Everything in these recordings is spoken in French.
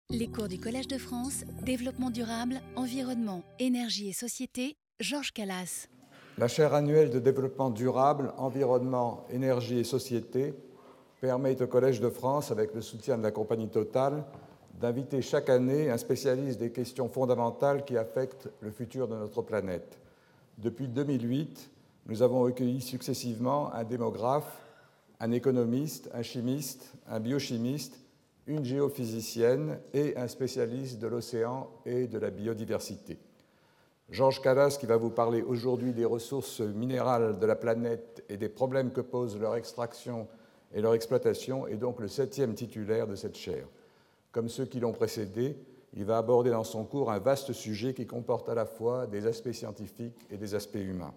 Les cours du Collège de France, Développement durable, Environnement, Énergie et Société, Georges Calas. La chaire annuelle de développement durable, environnement, énergie et société permet au Collège de France, avec le soutien de la compagnie Total, d'inviter chaque année un spécialiste des questions fondamentales qui affectent le futur de notre planète. Depuis 2008, nous avons accueilli successivement un démographe, un économiste, un chimiste, un biochimiste, une géophysicienne et un spécialiste de l'océan et de la biodiversité. Georges Calas, qui va vous parler aujourd'hui des ressources minérales de la planète et des problèmes que posent leur extraction et leur exploitation, est donc le 7e titulaire de cette chaire. Comme ceux qui l'ont précédé, il va aborder dans son cours un vaste sujet qui comporte à la fois des aspects scientifiques et des aspects humains.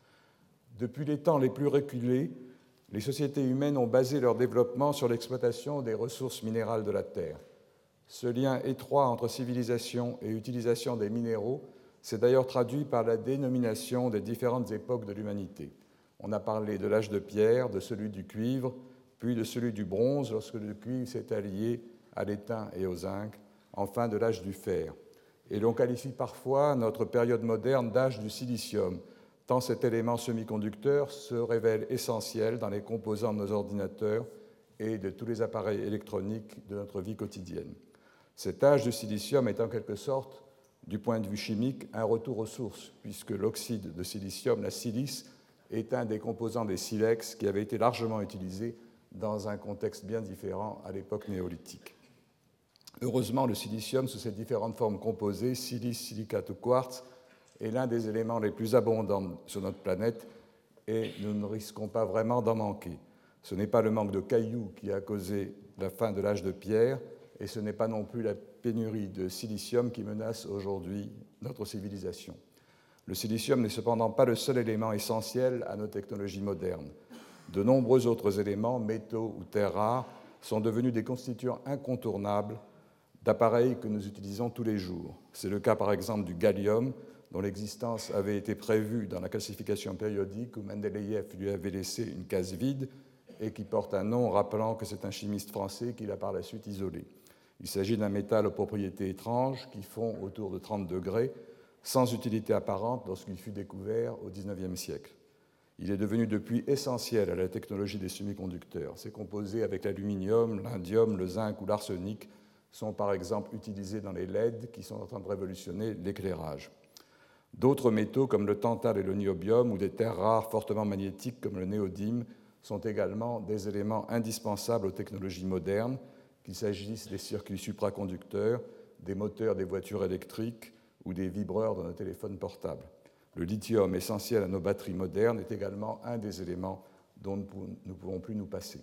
Depuis les temps les plus reculés, les sociétés humaines ont basé leur développement sur l'exploitation des ressources minérales de la Terre. Ce lien étroit entre civilisation et utilisation des minéraux s'est d'ailleurs traduit par la dénomination des différentes époques de l'humanité. On a parlé de l'âge de pierre, de celui du cuivre, puis de celui du bronze lorsque le cuivre s'est allié à l'étain et au zinc, enfin de l'âge du fer. Et l'on qualifie parfois notre période moderne d'âge du silicium, tant cet élément semi-conducteur se révèle essentiel dans les composants de nos ordinateurs et de tous les appareils électroniques de notre vie quotidienne. Cet âge du silicium est en quelque sorte, du point de vue chimique, un retour aux sources, puisque l'oxyde de silicium, la silice, est un des composants des silex qui avait été largement utilisé dans un contexte bien différent à l'époque néolithique. Heureusement, le silicium, sous ses différentes formes composées, silice, silicate ou quartz, est l'un des éléments les plus abondants sur notre planète et nous ne risquons pas vraiment d'en manquer. Ce n'est pas le manque de cailloux qui a causé la fin de l'âge de pierre et ce n'est pas non plus la pénurie de silicium qui menace aujourd'hui notre civilisation. Le silicium n'est cependant pas le seul élément essentiel à nos technologies modernes. De nombreux autres éléments, métaux ou terres rares, sont devenus des constituants incontournables d'appareils que nous utilisons tous les jours. C'est le cas par exemple du gallium, dont l'existence avait été prévue dans la classification périodique où Mendeleïev lui avait laissé une case vide et qui porte un nom rappelant que c'est un chimiste français qui l'a par la suite isolé. Il s'agit d'un métal aux propriétés étranges qui fond autour de 30 degrés, sans utilité apparente lorsqu'il fut découvert au XIXe siècle. Il est devenu depuis essentiel à la technologie des semi-conducteurs. Ces composés avec l'aluminium, l'indium, le zinc ou l'arsenic sont par exemple utilisés dans les LED qui sont en train de révolutionner l'éclairage. D'autres métaux comme le tantal et le niobium ou des terres rares fortement magnétiques comme le néodyme sont également des éléments indispensables aux technologies modernes, qu'il s'agisse des circuits supraconducteurs, des moteurs des voitures électriques ou des vibreurs de nos téléphones portables. Le lithium, essentiel à nos batteries modernes, est également un des éléments dont nous ne pouvons plus nous passer.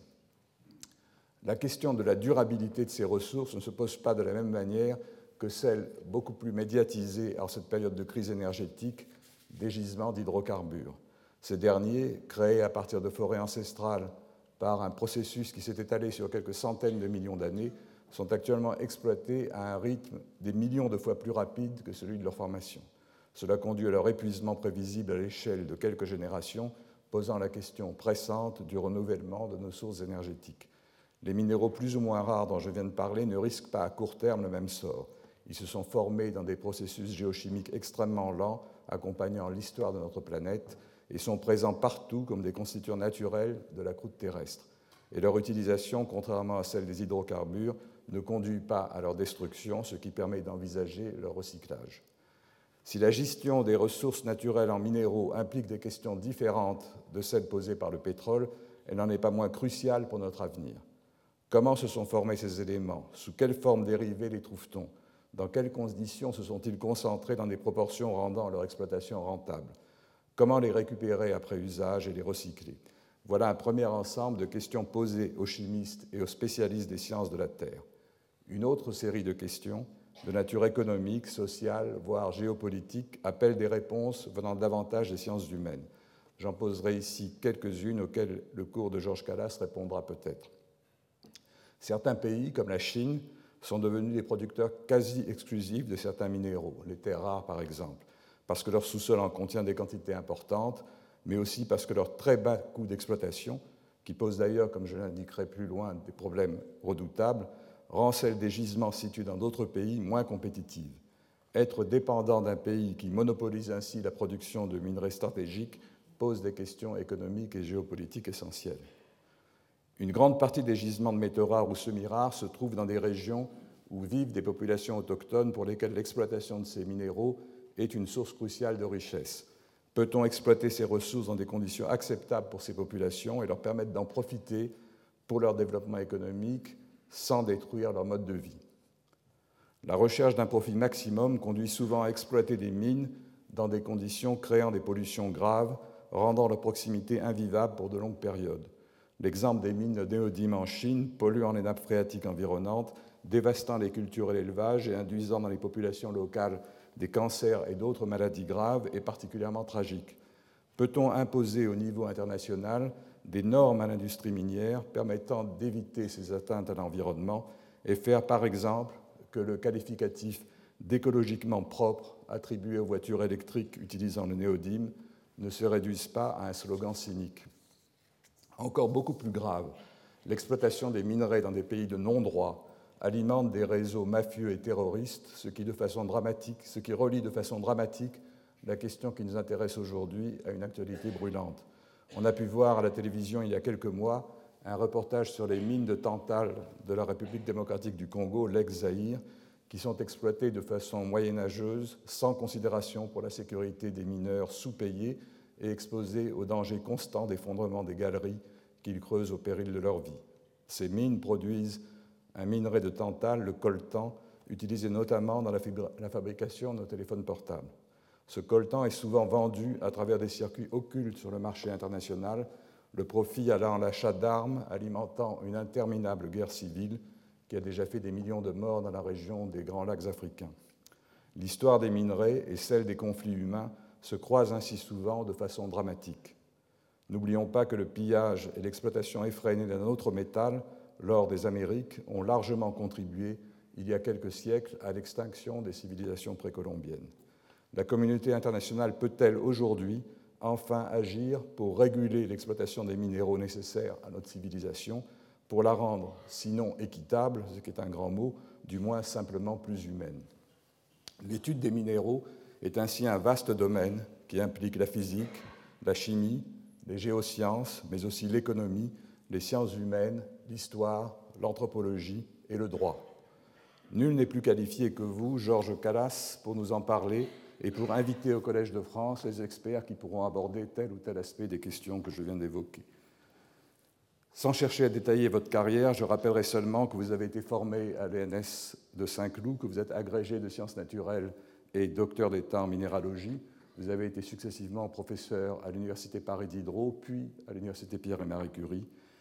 La question de la durabilité de ces ressources ne se pose pas de la même manière que celle beaucoup plus médiatisée en cette période de crise énergétique des gisements d'hydrocarbures. Ces derniers, créés à partir de forêts ancestrales par un processus qui s'est étalé sur quelques centaines de millions d'années, sont actuellement exploités à un rythme des millions de fois plus rapide que celui de leur formation. Cela conduit à leur épuisement prévisible à l'échelle de quelques générations, posant la question pressante du renouvellement de nos sources énergétiques. Les minéraux plus ou moins rares dont je viens de parler ne risquent pas à court terme le même sort. Ils se sont formés dans des processus géochimiques extrêmement lents, accompagnant l'histoire de notre planète, et sont présents partout comme des constituants naturels de la croûte terrestre. Et leur utilisation, contrairement à celle des hydrocarbures, ne conduit pas à leur destruction, ce qui permet d'envisager leur recyclage. Si la gestion des ressources naturelles en minéraux implique des questions différentes de celles posées par le pétrole, elle n'en est pas moins cruciale pour notre avenir. Comment se sont formés ces éléments? Sous quelle forme dérivée les trouve-t-on? Dans quelles conditions se sont-ils concentrés dans des proportions rendant leur exploitation rentable? Comment les récupérer après usage et les recycler? Voilà un premier ensemble de questions posées aux chimistes et aux spécialistes des sciences de la Terre. Une autre série de questions, de nature économique, sociale, voire géopolitique, appelle des réponses venant davantage des sciences humaines. J'en poserai ici quelques-unes auxquelles le cours de Georges Calas répondra peut-être. Certains pays, comme la Chine, sont devenus des producteurs quasi exclusifs de certains minéraux, les terres rares par exemple, parce que leur sous-sol en contient des quantités importantes, mais aussi parce que leur très bas coût d'exploitation, qui pose d'ailleurs, comme je l'indiquerai plus loin, des problèmes redoutables, rend celle des gisements situés dans d'autres pays moins compétitive. Être dépendant d'un pays qui monopolise ainsi la production de minerais stratégiques pose des questions économiques et géopolitiques essentielles. Une grande partie des gisements de métaux rares ou semi-rares se trouvent dans des régions où vivent des populations autochtones pour lesquelles l'exploitation de ces minéraux est une source cruciale de richesse. Peut-on exploiter ces ressources dans des conditions acceptables pour ces populations et leur permettre d'en profiter pour leur développement économique sans détruire leur mode de vie? La recherche d'un profit maximum conduit souvent à exploiter des mines dans des conditions créant des pollutions graves, rendant leur proximité invivable pour de longues périodes. L'exemple des mines de néodyme en Chine, polluant les nappes phréatiques environnantes, dévastant les cultures et l'élevage et induisant dans les populations locales des cancers et d'autres maladies graves, est particulièrement tragique. Peut-on imposer au niveau international des normes à l'industrie minière permettant d'éviter ces atteintes à l'environnement et faire, par exemple, que le qualificatif d'écologiquement propre attribué aux voitures électriques utilisant le néodyme ne se réduise pas à un slogan cynique? Encore beaucoup plus grave, l'exploitation des minerais dans des pays de non-droit alimente des réseaux mafieux et terroristes, ce qui relie de façon dramatique la question qui nous intéresse aujourd'hui à une actualité brûlante. On a pu voir à la télévision il y a quelques mois un reportage sur les mines de Tantale de la République démocratique du Congo, l'ex-Zaïre, qui sont exploitées de façon moyenâgeuse, sans considération pour la sécurité des mineurs sous-payés et exposés au danger constant d'effondrement des galeries qu'ils creusent au péril de leur vie. Ces mines produisent un minerai de Tantale, le coltan, utilisé notamment dans la fabrication de nos téléphones portables. Ce coltan est souvent vendu à travers des circuits occultes sur le marché international, le profit allant à l'achat d'armes alimentant une interminable guerre civile qui a déjà fait des millions de morts dans la région des Grands Lacs africains. L'histoire des minerais et celle des conflits humains se croisent ainsi souvent de façon dramatique. N'oublions pas que le pillage et l'exploitation effrénée d'un autre métal, l'or des Amériques, ont largement contribué, il y a quelques siècles, à l'extinction des civilisations précolombiennes. La communauté internationale peut-elle aujourd'hui enfin agir pour réguler l'exploitation des minéraux nécessaires à notre civilisation, pour la rendre, sinon équitable, ce qui est un grand mot, du moins simplement plus humaine? L'étude des minéraux est ainsi un vaste domaine qui implique la physique, la chimie, les géosciences, mais aussi l'économie, les sciences humaines, l'histoire, l'anthropologie et le droit. Nul n'est plus qualifié que vous, Georges Callas, pour nous en parler et pour inviter au Collège de France les experts qui pourront aborder tel ou tel aspect des questions que je viens d'évoquer. Sans chercher à détailler votre carrière, je rappellerai seulement que vous avez été formé à l'ENS de Saint-Cloud, que vous êtes agrégé de sciences naturelles et docteur d'État en minéralogie. Vous avez été successivement professeur à l'Université Paris Diderot, puis à l'Université Pierre et Marie Curie.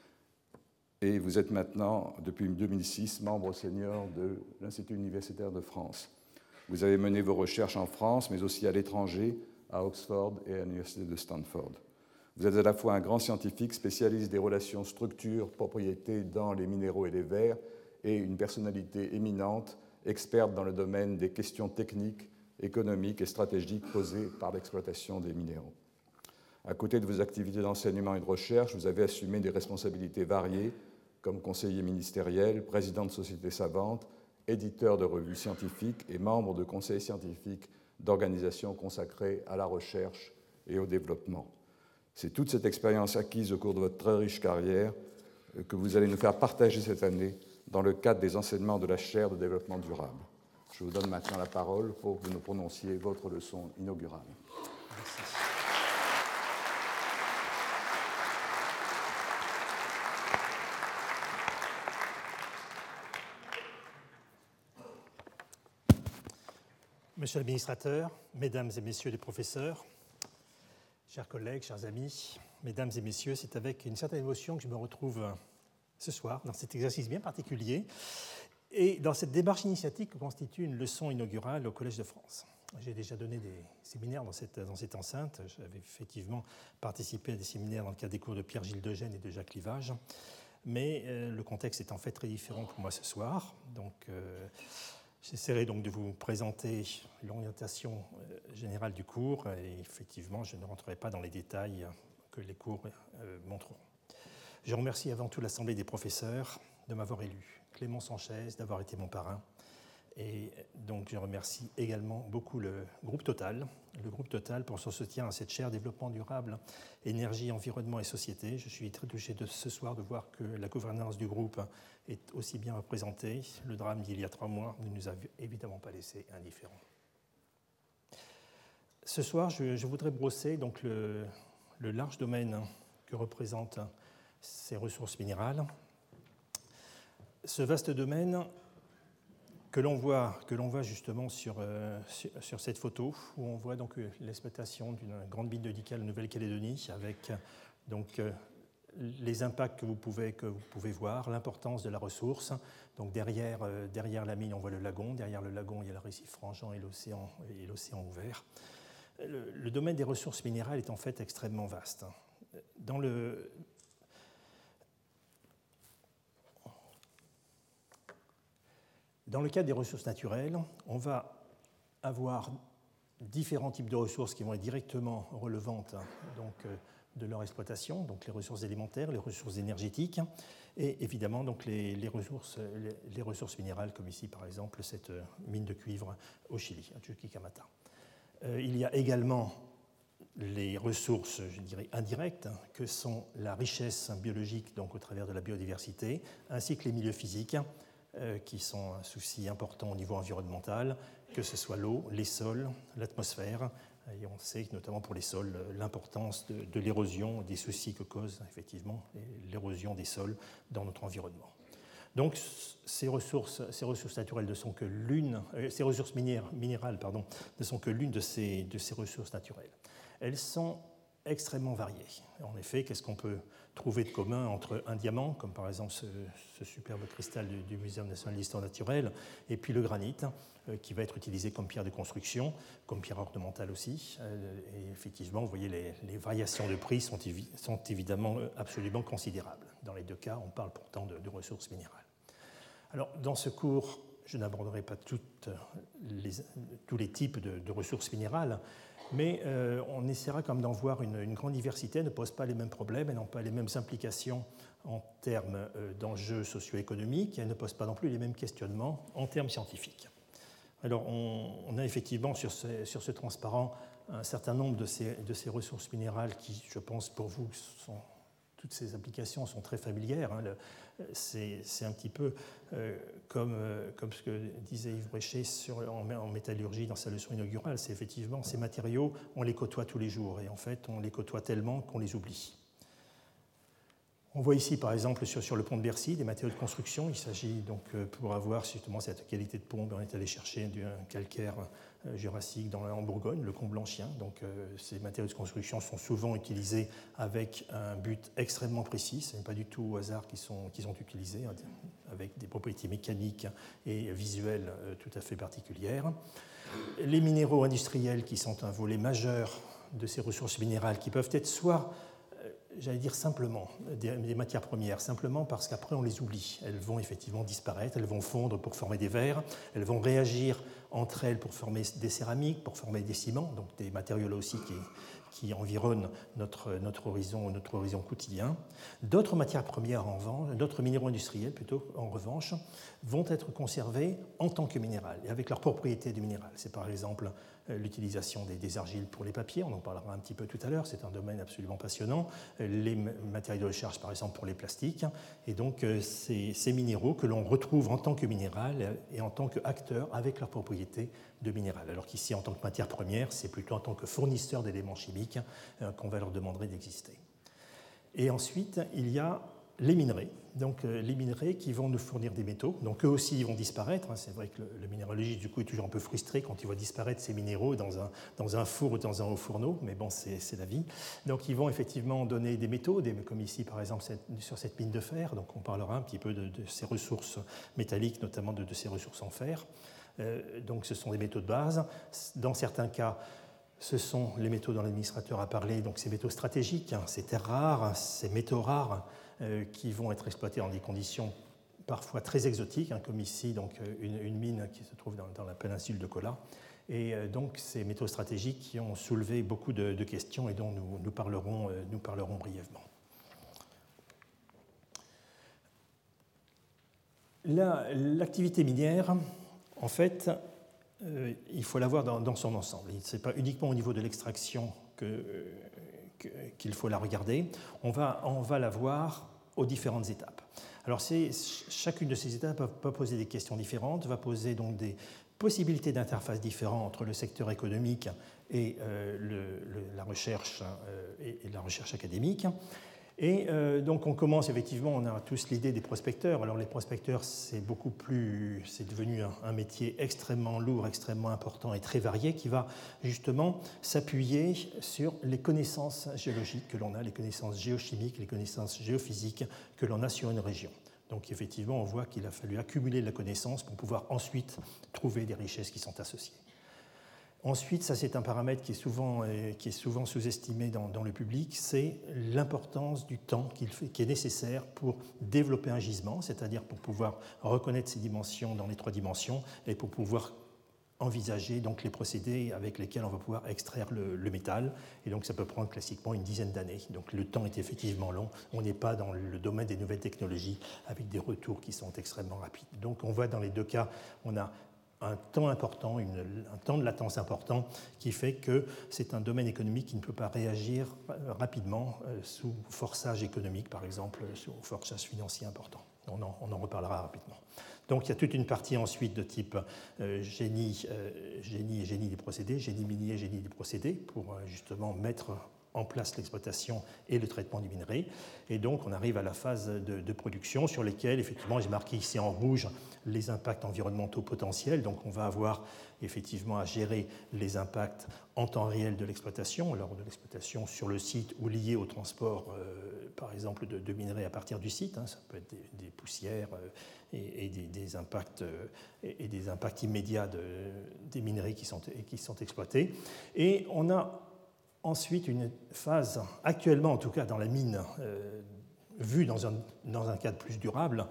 Et vous êtes maintenant, depuis 2006, membre senior de l'Institut universitaire de France. Vous avez mené vos recherches en France, mais aussi à l'étranger, à Oxford et à l'Université de Stanford. Vous êtes à la fois un grand scientifique, spécialiste des relations structure-propriété dans les minéraux et les verres, et une personnalité éminente, experte dans le domaine des questions techniques, économiques et stratégiques posées par l'exploitation des minéraux. À côté de vos activités d'enseignement et de recherche, vous avez assumé des responsabilités variées, comme conseiller ministériel, président de sociétés savantes, éditeur de revues scientifiques et membre de conseils scientifiques d'organisations consacrées à la recherche et au développement. C'est toute cette expérience acquise au cours de votre très riche carrière que vous allez nous faire partager cette année dans le cadre des enseignements de la chaire de développement durable. Je vous donne maintenant la parole pour que vous nous prononciez votre leçon inaugurale. Merci. Monsieur l'administrateur, mesdames et messieurs les professeurs, chers collègues, chers amis, mesdames et messieurs, c'est avec une certaine émotion que je me retrouve ce soir dans cet exercice bien particulier et dans cette démarche initiatique que constitue une leçon inaugurale au Collège de France. J'ai déjà donné des séminaires dans cette enceinte. J'avais effectivement participé à des séminaires dans le cadre des cours de Pierre-Gilles Degène et de Jacques Livage, mais le contexte est en fait très différent pour moi ce soir. Donc, j'essaierai donc de vous présenter l'orientation générale du cours et effectivement, je ne rentrerai pas dans les détails que les cours montreront. Je remercie avant tout l'Assemblée des professeurs de m'avoir élu Clément Sanchez d'avoir été mon parrain. Et donc je remercie également beaucoup le groupe Total pour son soutien à cette chaire développement durable, énergie, environnement et société. Je suis très touché ce soir de voir que la gouvernance du groupe est aussi bien représentée. Le drame d'il y a 3 mois ne nous a évidemment pas laissé indifférents. Ce soir, je voudrais brosser donc le large domaine que représentent ces ressources minérales. Ce vaste domaine que l'on voit justement sur cette photo, où on voit donc l'exploitation d'une grande mine de nickel en Nouvelle-Calédonie, avec donc les impacts que vous pouvez voir, l'importance de la ressource. Donc derrière la mine, on voit le lagon. Derrière le lagon, il y a le récif frangeant et l'océan ouvert. Le domaine des ressources minérales est en fait extrêmement vaste. Dans le cadre des ressources naturelles, on va avoir différents types de ressources qui vont être directement relevantes donc, de leur exploitation, donc les ressources élémentaires, les ressources énergétiques, et évidemment donc les ressources minérales, comme ici par exemple cette mine de cuivre au Chili, à Chuquicamata. Il y a également les ressources, je dirais, indirectes, que sont la richesse biologique, donc au travers de la biodiversité, ainsi que les milieux physiques, qui sont un souci important au niveau environnemental, que ce soit l'eau, les sols, l'atmosphère. Et on sait notamment pour les sols l'importance de l'érosion, des soucis que cause effectivement l'érosion des sols dans notre environnement. Donc ces ressources naturelles ne sont que l'une, ces ressources minérales ne sont que l'une de ces ressources naturelles. Elles sont extrêmement variées. En effet, qu'est-ce qu'on peut trouver de commun entre un diamant, comme par exemple ce superbe cristal du Muséum national d'histoire naturelle, et puis le granit, qui va être utilisé comme pierre de construction, comme pierre ornementale aussi. Et effectivement, vous voyez, les variations de prix sont évidemment absolument considérables. Dans les 2 cas, on parle pourtant de ressources minérales. Alors, dans ce cours, je n'aborderai pas tous les types de ressources minérales, mais on essaiera comme d'en voir une grande diversité. Elles ne posent pas les mêmes problèmes, elles n'ont pas les mêmes implications en termes d'enjeux socio-économiques, et elles ne posent pas non plus les mêmes questionnements en termes scientifiques. Alors, on a effectivement sur ce transparent un certain nombre de ces ressources minérales qui, je pense, pour vous, toutes ces applications sont très familières. C'est un petit peu comme ce que disait Yves Bréchet en métallurgie dans sa leçon inaugurale. C'est effectivement ces matériaux, on les côtoie tous les jours et en fait on les côtoie tellement qu'on les oublie. On voit ici par exemple sur le pont de Bercy des matériaux de construction. Il s'agit donc pour avoir justement cette qualité de pont, on est allé chercher du calcaire jurassique en Bourgogne, le Comblanchien. Donc ces matériaux de construction sont souvent utilisés avec un but extrêmement précis. Ce n'est pas du tout au hasard qu'ils sont utilisés, avec des propriétés mécaniques et visuelles tout à fait particulières. Les minéraux industriels qui sont un volet majeur de ces ressources minérales qui peuvent être soit j'allais dire simplement, des matières premières, simplement parce qu'après on les oublie. Elles vont effectivement disparaître, elles vont fondre pour former des verres, elles vont réagir entre elles pour former des céramiques, pour former des ciments, donc des matériaux là aussi qui environnent notre horizon quotidien. D'autres matières premières, d'autres minéraux industriels plutôt, en revanche, vont être conservés en tant que minéral et avec leurs propriétés de minéral. C'est par exemple l'utilisation des argiles pour les papiers, on en parlera un petit peu tout à l'heure, c'est un domaine absolument passionnant, les matériaux de recharge par exemple pour les plastiques, et donc ces minéraux que l'on retrouve en tant que minéral et en tant qu'acteurs avec leurs propriétés de minéral, alors qu'ici en tant que matière première, c'est plutôt en tant que fournisseur d'éléments chimiques qu'on va leur demander d'exister. Et ensuite, il y a les minerais. Donc les minerais qui vont nous fournir des métaux. Donc eux aussi ils vont disparaître. C'est vrai que le minéralogiste du coup est toujours un peu frustré quand il voit disparaître ces minéraux dans un four ou dans un haut fourneau, mais bon c'est la vie. Donc ils vont effectivement donner des métaux, comme ici par exemple sur cette mine de fer. Donc on parlera un petit peu de ces ressources métalliques, notamment de ces ressources en fer. Donc ce sont des métaux de base. Dans certains cas, ce sont les métaux dont l'administrateur a parlé, donc ces métaux stratégiques, ces terres rares, ces métaux rares qui vont être exploités dans des conditions parfois très exotiques, comme ici donc une mine qui se trouve dans la péninsule de Kola. Et donc ces métaux stratégiques qui ont soulevé beaucoup de questions et dont nous parlerons brièvement. L'activité minière, en fait, il faut la voir dans son ensemble. Ce n'est pas uniquement au niveau de l'extraction qu'il faut la regarder. On va la voir aux différentes étapes. Alors, chacune de ces étapes va poser des questions différentes, va poser donc des possibilités d'interface différentes entre le secteur économique et la recherche et la recherche académique. Et donc on commence effectivement, on a tous l'idée des prospecteurs. Alors les prospecteurs, c'est devenu un métier extrêmement lourd, extrêmement important et très varié qui va justement s'appuyer sur les connaissances géologiques que l'on a, les connaissances géochimiques, les connaissances géophysiques que l'on a sur une région. Donc effectivement, on voit qu'il a fallu accumuler de la connaissance pour pouvoir ensuite trouver des richesses qui sont associées. Ensuite, ça c'est un paramètre qui est souvent sous-estimé dans le public, c'est l'importance du temps qui est nécessaire pour développer un gisement, c'est-à-dire pour pouvoir reconnaître ses dimensions dans les 3 dimensions et pour pouvoir envisager donc les procédés avec lesquels on va pouvoir extraire le métal. Et donc ça peut prendre classiquement une dizaine d'années. Donc le temps est effectivement long. On n'est pas dans le domaine des nouvelles technologies avec des retours qui sont extrêmement rapides. Donc on voit dans les 2 cas, on a un temps important, un temps de latence important qui fait que c'est un domaine économique qui ne peut pas réagir rapidement sous forçage économique, par exemple, sous forçage financier important. On en reparlera rapidement. Donc il y a toute une partie ensuite de type génie et génie des procédés, génie minier, génie des procédés, pour justement mettre en place l'exploitation et le traitement du minerai. Et donc on arrive à la phase de production sur lesquelles, effectivement, j'ai marqué ici en rouge les impacts environnementaux potentiels. Donc on va avoir effectivement à gérer les impacts en temps réel de l'exploitation, lors de l'exploitation sur le site ou liés au transport, par exemple, de minerais à partir du site. Ça peut être des poussières et des impacts immédiats des minerais qui sont exploités. Et on a ensuite une phase, actuellement en tout cas dans la mine, vue dans un cadre plus durable,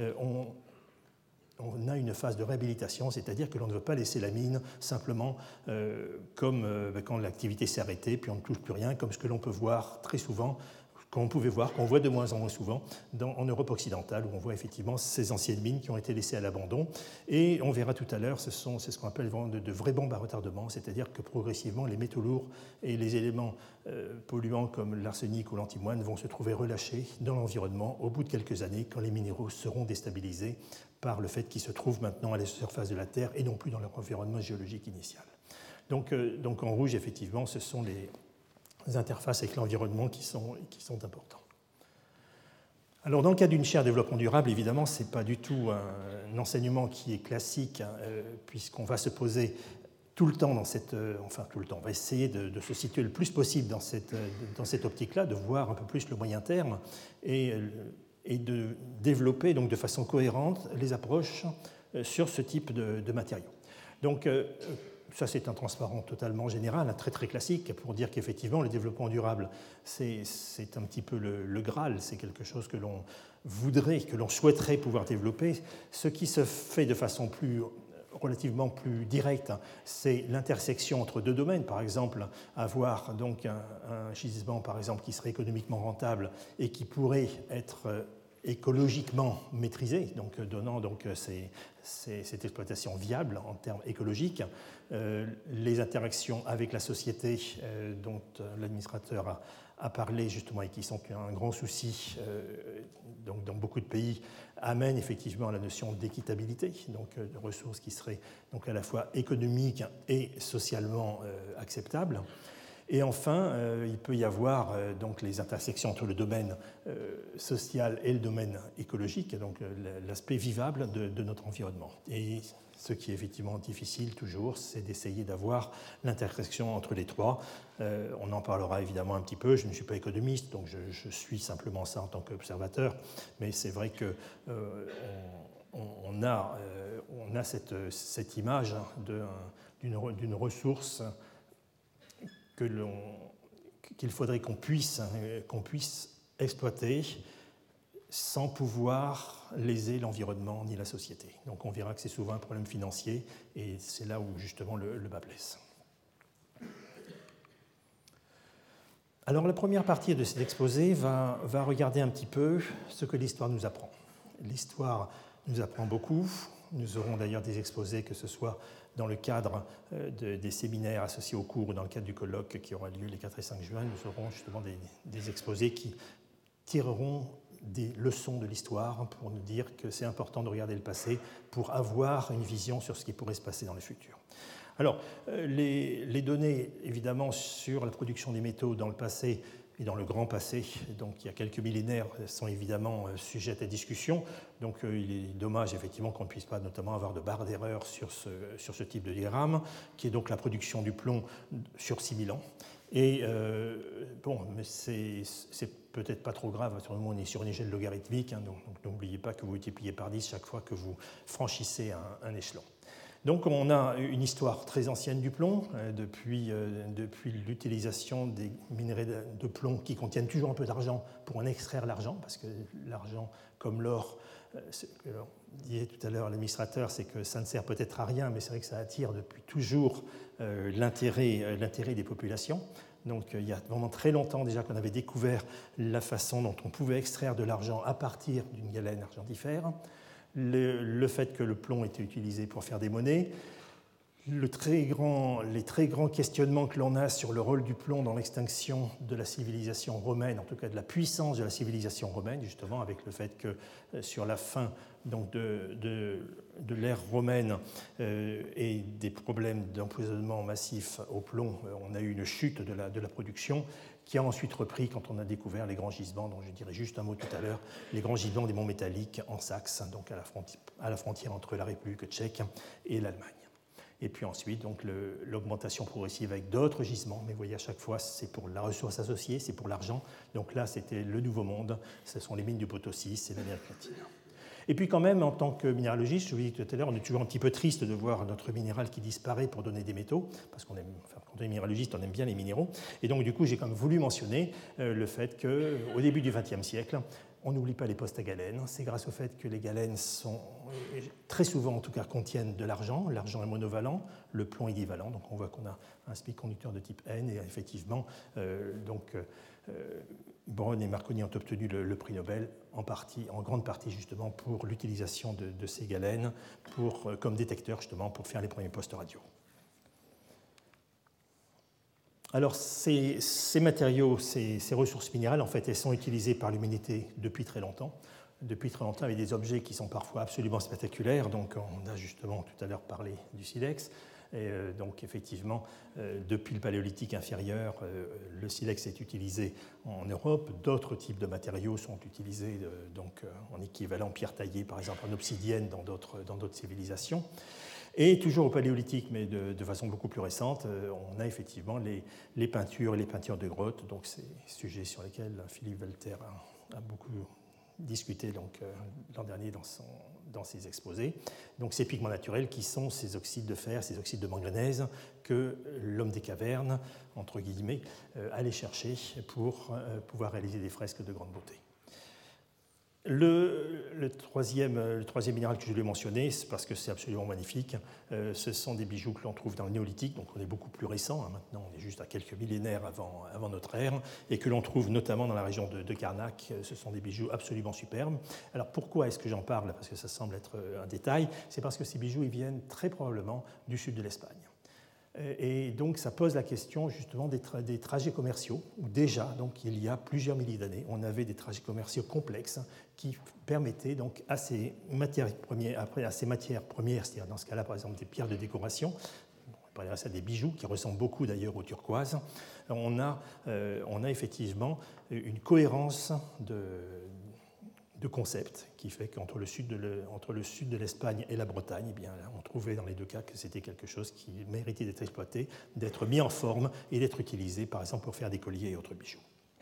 on a une phase de réhabilitation, c'est-à-dire que l'on ne veut pas laisser la mine simplement comme quand l'activité s'est arrêtée, puis on ne touche plus rien, comme ce que l'on peut voir très souvent, qu'on voit de moins en moins souvent en Europe occidentale, où on voit effectivement ces anciennes mines qui ont été laissées à l'abandon. Et on verra tout à l'heure, c'est ce qu'on appelle de vraies bombes à retardement, c'est-à-dire que progressivement, les métaux lourds et les éléments polluants comme l'arsenic ou l'antimoine vont se trouver relâchés dans l'environnement au bout de quelques années, quand les minéraux seront déstabilisés par le fait qu'ils se trouvent maintenant à la surface de la Terre et non plus dans leur environnement géologique initial. Donc en rouge, effectivement, ce sont les interfaces avec l'environnement qui sont importants. Alors, dans le cas d'une chaire développement durable, évidemment, ce n'est pas du tout un enseignement qui est classique, puisqu'on va se poser tout le temps tout le temps, on va essayer de se situer le plus possible dans cette optique-là, de voir un peu plus le moyen terme et de développer donc de façon cohérente les approches sur ce type de matériaux. Donc, ça, c'est un transparent totalement général, très très classique, pour dire qu'effectivement, le développement durable, c'est un petit peu le Graal, c'est quelque chose que l'on voudrait, que l'on souhaiterait pouvoir développer. Ce qui se fait de façon relativement plus directe, c'est l'intersection entre 2 domaines. Par exemple, avoir donc un gisement, par exemple, qui serait économiquement rentable et qui pourrait être écologiquement maîtrisé, donc donnant donc cette exploitation viable en termes écologiques, les interactions avec la société dont l'administrateur a parlé justement et qui sont un grand souci donc dans beaucoup de pays, amènent effectivement à la notion d'équitabilité, donc de ressources qui seraient donc à la fois économiques et socialement acceptables. Et enfin, il peut y avoir donc les intersections entre le domaine social et le domaine écologique, donc l'aspect vivable de notre environnement. Et ce qui est effectivement difficile toujours, c'est d'essayer d'avoir l'intersection entre les 3. On en parlera évidemment un petit peu. Je ne suis pas économiste, donc je suis simplement ça en tant qu'observateur. Mais c'est vrai que on a cette image d'une ressource qu'il faudrait qu'on puisse exploiter sans pouvoir léser l'environnement ni la société. Donc on verra que c'est souvent un problème financier et c'est là où justement le bas blesse. Alors la première partie de cet exposé va regarder un petit peu ce que l'histoire nous apprend. L'histoire nous apprend beaucoup. Nous aurons d'ailleurs des exposés, que ce soit dans le cadre des séminaires associés au cours ou dans le cadre du colloque qui aura lieu les 4 et 5 juin. Nous aurons justement des exposés qui tireront des leçons de l'histoire pour nous dire que c'est important de regarder le passé pour avoir une vision sur ce qui pourrait se passer dans le futur. Alors, les données, évidemment, sur la production des métaux dans le passé et dans le grand passé, donc il y a quelques millénaires, sont évidemment sujettes à discussion. Donc il est dommage effectivement qu'on ne puisse pas notamment avoir de barre d'erreur sur ce type de diagramme, qui est donc la production du plomb sur 6000 ans. Et bon, mais c'est peut-être pas trop grave, sur le moment où on est sur une échelle logarithmique, hein, donc n'oubliez pas que vous multipliez par 10 chaque fois que vous franchissez un échelon. Donc on a une histoire très ancienne du plomb, depuis l'utilisation des minerais de plomb qui contiennent toujours un peu d'argent pour en extraire l'argent, parce que l'argent, comme l'or, disait tout à l'heure l'administrateur, c'est que ça ne sert peut-être à rien, mais c'est vrai que ça attire depuis toujours l'intérêt des populations. Donc il y a vraiment très longtemps déjà qu'on avait découvert la façon dont on pouvait extraire de l'argent à partir d'une galène argentifère. Le fait que le plomb était utilisé pour faire des monnaies, les très grands questionnements que l'on a sur le rôle du plomb dans l'extinction de la civilisation romaine, en tout cas de la puissance de la civilisation romaine, justement avec le fait que sur la fin donc, de l'ère romaine et des problèmes d'empoisonnement massif au plomb, on a eu une chute de la production, qui a ensuite repris quand on a découvert les grands gisements, dont je dirais juste un mot tout à l'heure, les grands gisements des monts métalliques en Saxe, donc à la frontière entre la République tchèque et l'Allemagne. Et puis ensuite, donc, l'augmentation progressive avec d'autres gisements, mais vous voyez, à chaque fois, c'est pour la ressource associée, c'est pour l'argent. Donc là, c'était le Nouveau Monde, ce sont les mines du Potosi, c'est l'Amérique latine. Et puis quand même, en tant que minéralogiste, je vous dis tout à l'heure, on est toujours un petit peu triste de voir notre minéral qui disparaît pour donner des métaux, parce qu'on aime, enfin, quand on est minéralogiste, on aime bien les minéraux. Et donc du coup, j'ai quand même voulu mentionner le fait qu'au début du XXe siècle, on n'oublie pas les postes à galène. C'est grâce au fait que les galènes sont, très souvent en tout cas, contiennent de l'argent. L'argent est monovalent, le plomb est divalent. Donc on voit qu'on a un spin conducteur de type N. Et effectivement, Braun et Marconi ont obtenu le prix Nobel en grande partie justement pour l'utilisation de ces galènes comme détecteur justement pour faire les premiers postes radio. Alors ces matériaux, ces ressources minérales, en fait, elles sont utilisées par l'humanité depuis très longtemps. Depuis très longtemps, avec des objets qui sont parfois absolument spectaculaires. Donc on a justement tout à l'heure parlé du silex. Et donc effectivement, depuis le paléolithique inférieur, le silex est utilisé en Europe. D'autres types de matériaux sont utilisés en équivalent pierre taillée, par exemple en obsidienne dans d'autres civilisations. Et toujours au paléolithique, mais de façon beaucoup plus récente, on a effectivement les peintures et les peintures de grottes, donc c'est un sujet sur lesquels Philippe Walter a beaucoup discuté l'an dernier dans ses exposés. Donc ces pigments naturels qui sont ces oxydes de fer, ces oxydes de manganèse que l'homme des cavernes, entre guillemets, allait chercher pour pouvoir réaliser des fresques de grande beauté. Le troisième minéral que je voulais mentionner, c'est parce que c'est absolument magnifique, ce sont des bijoux que l'on trouve dans le néolithique, donc on est beaucoup plus récent, hein, maintenant on est juste à quelques millénaires avant notre ère, et que l'on trouve notamment dans la région de Karnak. Ce sont des bijoux absolument superbes. Alors pourquoi est-ce que j'en parle? Parce que ça semble être un détail, c'est parce que ces bijoux ils viennent très probablement du sud de l'Espagne. Et donc ça pose la question justement des trajets commerciaux, où déjà, donc, il y a plusieurs milliers d'années, on avait des trajets commerciaux complexes qui permettaient donc à ces matières premières, c'est-à-dire dans ce cas-là par exemple des pierres de décoration, on parlerait ça des bijoux qui ressemblent beaucoup d'ailleurs aux turquoises, on a effectivement une cohérence de concept qui fait qu'entre le sud de l'Espagne et la Bretagne, eh bien, on trouvait dans les deux cas que c'était quelque chose qui méritait d'être exploité, d'être mis en forme et d'être utilisé, par exemple, pour faire des colliers et autres bijoux.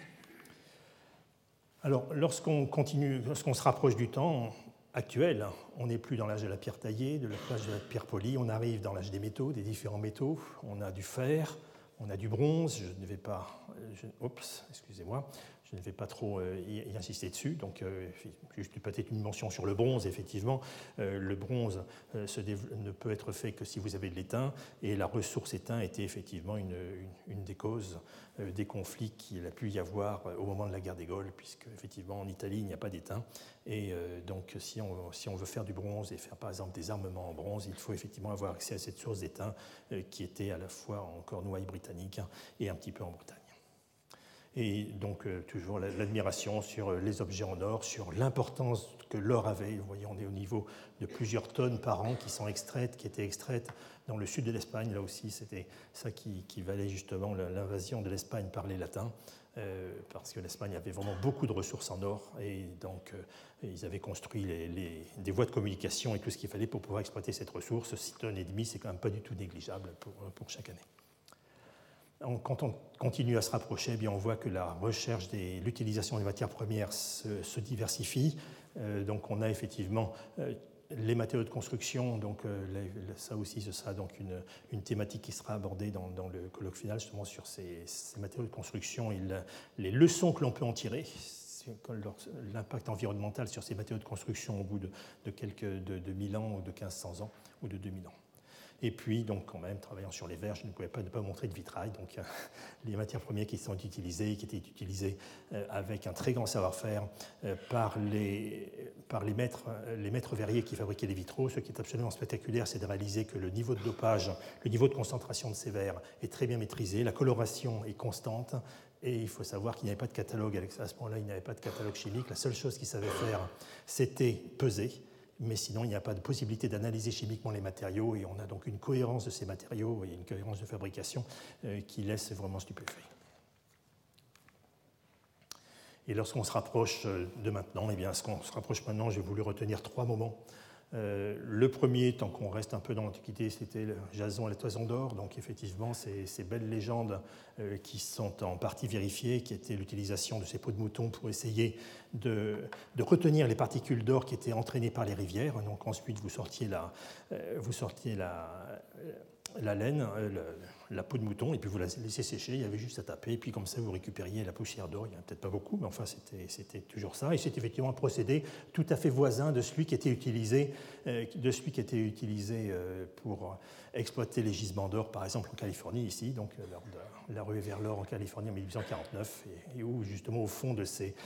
Alors, lorsqu'on se rapproche du temps actuel, on n'est plus dans l'âge de la pierre taillée, de l'âge de la pierre polie, on arrive dans l'âge des métaux, des différents métaux, on a du fer, on a du bronze, je je ne vais pas trop y insister dessus. Donc, juste peut-être une mention sur le bronze. Effectivement, le bronze ne peut être fait que si vous avez de l'étain, et la ressource étain était effectivement une des causes des conflits qu'il a pu y avoir au moment de la guerre des Gaules, puisque effectivement en Italie il n'y a pas d'étain, et donc si on veut faire du bronze et faire par exemple des armements en bronze, il faut effectivement avoir accès à cette source d'étain qui était à la fois en Cornouailles britannique et un petit peu en Bretagne. Et donc toujours l'admiration sur les objets en or, sur l'importance que l'or avait. Vous voyez, on est au niveau de plusieurs tonnes par an qui étaient extraites dans le sud de l'Espagne. Là aussi, c'était ça qui valait justement l'invasion de l'Espagne par les Latins, parce que l'Espagne avait vraiment beaucoup de ressources en or, et donc ils avaient construit des voies de communication et tout ce qu'il fallait pour pouvoir exploiter cette ressource. 6 tonnes et demie, c'est quand même pas du tout négligeable pour chaque année. Quand on continue à se rapprocher, eh bien on voit que la recherche l'utilisation des matières premières se diversifie. Donc on a effectivement les matériaux de construction, donc ça aussi ce sera donc une thématique qui sera abordée dans le colloque final, justement sur ces matériaux de construction et les leçons que l'on peut en tirer, l'impact environnemental sur ces matériaux de construction au bout de 1000 ans ou de 1500 ans ou de 2000 ans. Et puis, donc, quand même, travaillant sur les verres, je ne pouvais pas ne pas montrer de vitrail. Donc, les matières premières qui étaient utilisées avec un très grand savoir-faire par les maîtres verriers qui fabriquaient les vitraux. Ce qui est absolument spectaculaire, c'est de réaliser que le niveau de dopage, le niveau de concentration de ces verres est très bien maîtrisé, la coloration est constante. Et il faut savoir qu'il n'y avait pas de catalogue. À ce moment-là, il n'y avait pas de catalogue chimique. La seule chose qu'ils savaient faire, c'était peser. Mais sinon, il n'y a pas de possibilité d'analyser chimiquement les matériaux, et on a donc une cohérence de ces matériaux et une cohérence de fabrication qui laisse vraiment stupéfait. Et lorsqu'on se rapproche de maintenant, eh bien, j'ai voulu retenir 3 moments. Le premier, tant qu'on reste un peu dans l'Antiquité, c'était Jason et la toison d'or. Donc effectivement, ces belles légendes qui sont en partie vérifiées, qui étaient l'utilisation de ces peaux de mouton pour essayer de retenir les particules d'or qui étaient entraînées par les rivières. Donc ensuite, vous sortiez la laine, la peau de mouton, et puis vous la laissez sécher, il y avait juste à taper, et puis comme ça vous récupériez la poussière d'or. Il n'y en a peut-être pas beaucoup, mais enfin c'était toujours ça, et c'est effectivement un procédé tout à fait voisin de celui qui était utilisé, pour exploiter les gisements d'or, par exemple en Californie, ici, donc lors de la ruée vers l'or en Californie en 1849, et où justement au fond de ces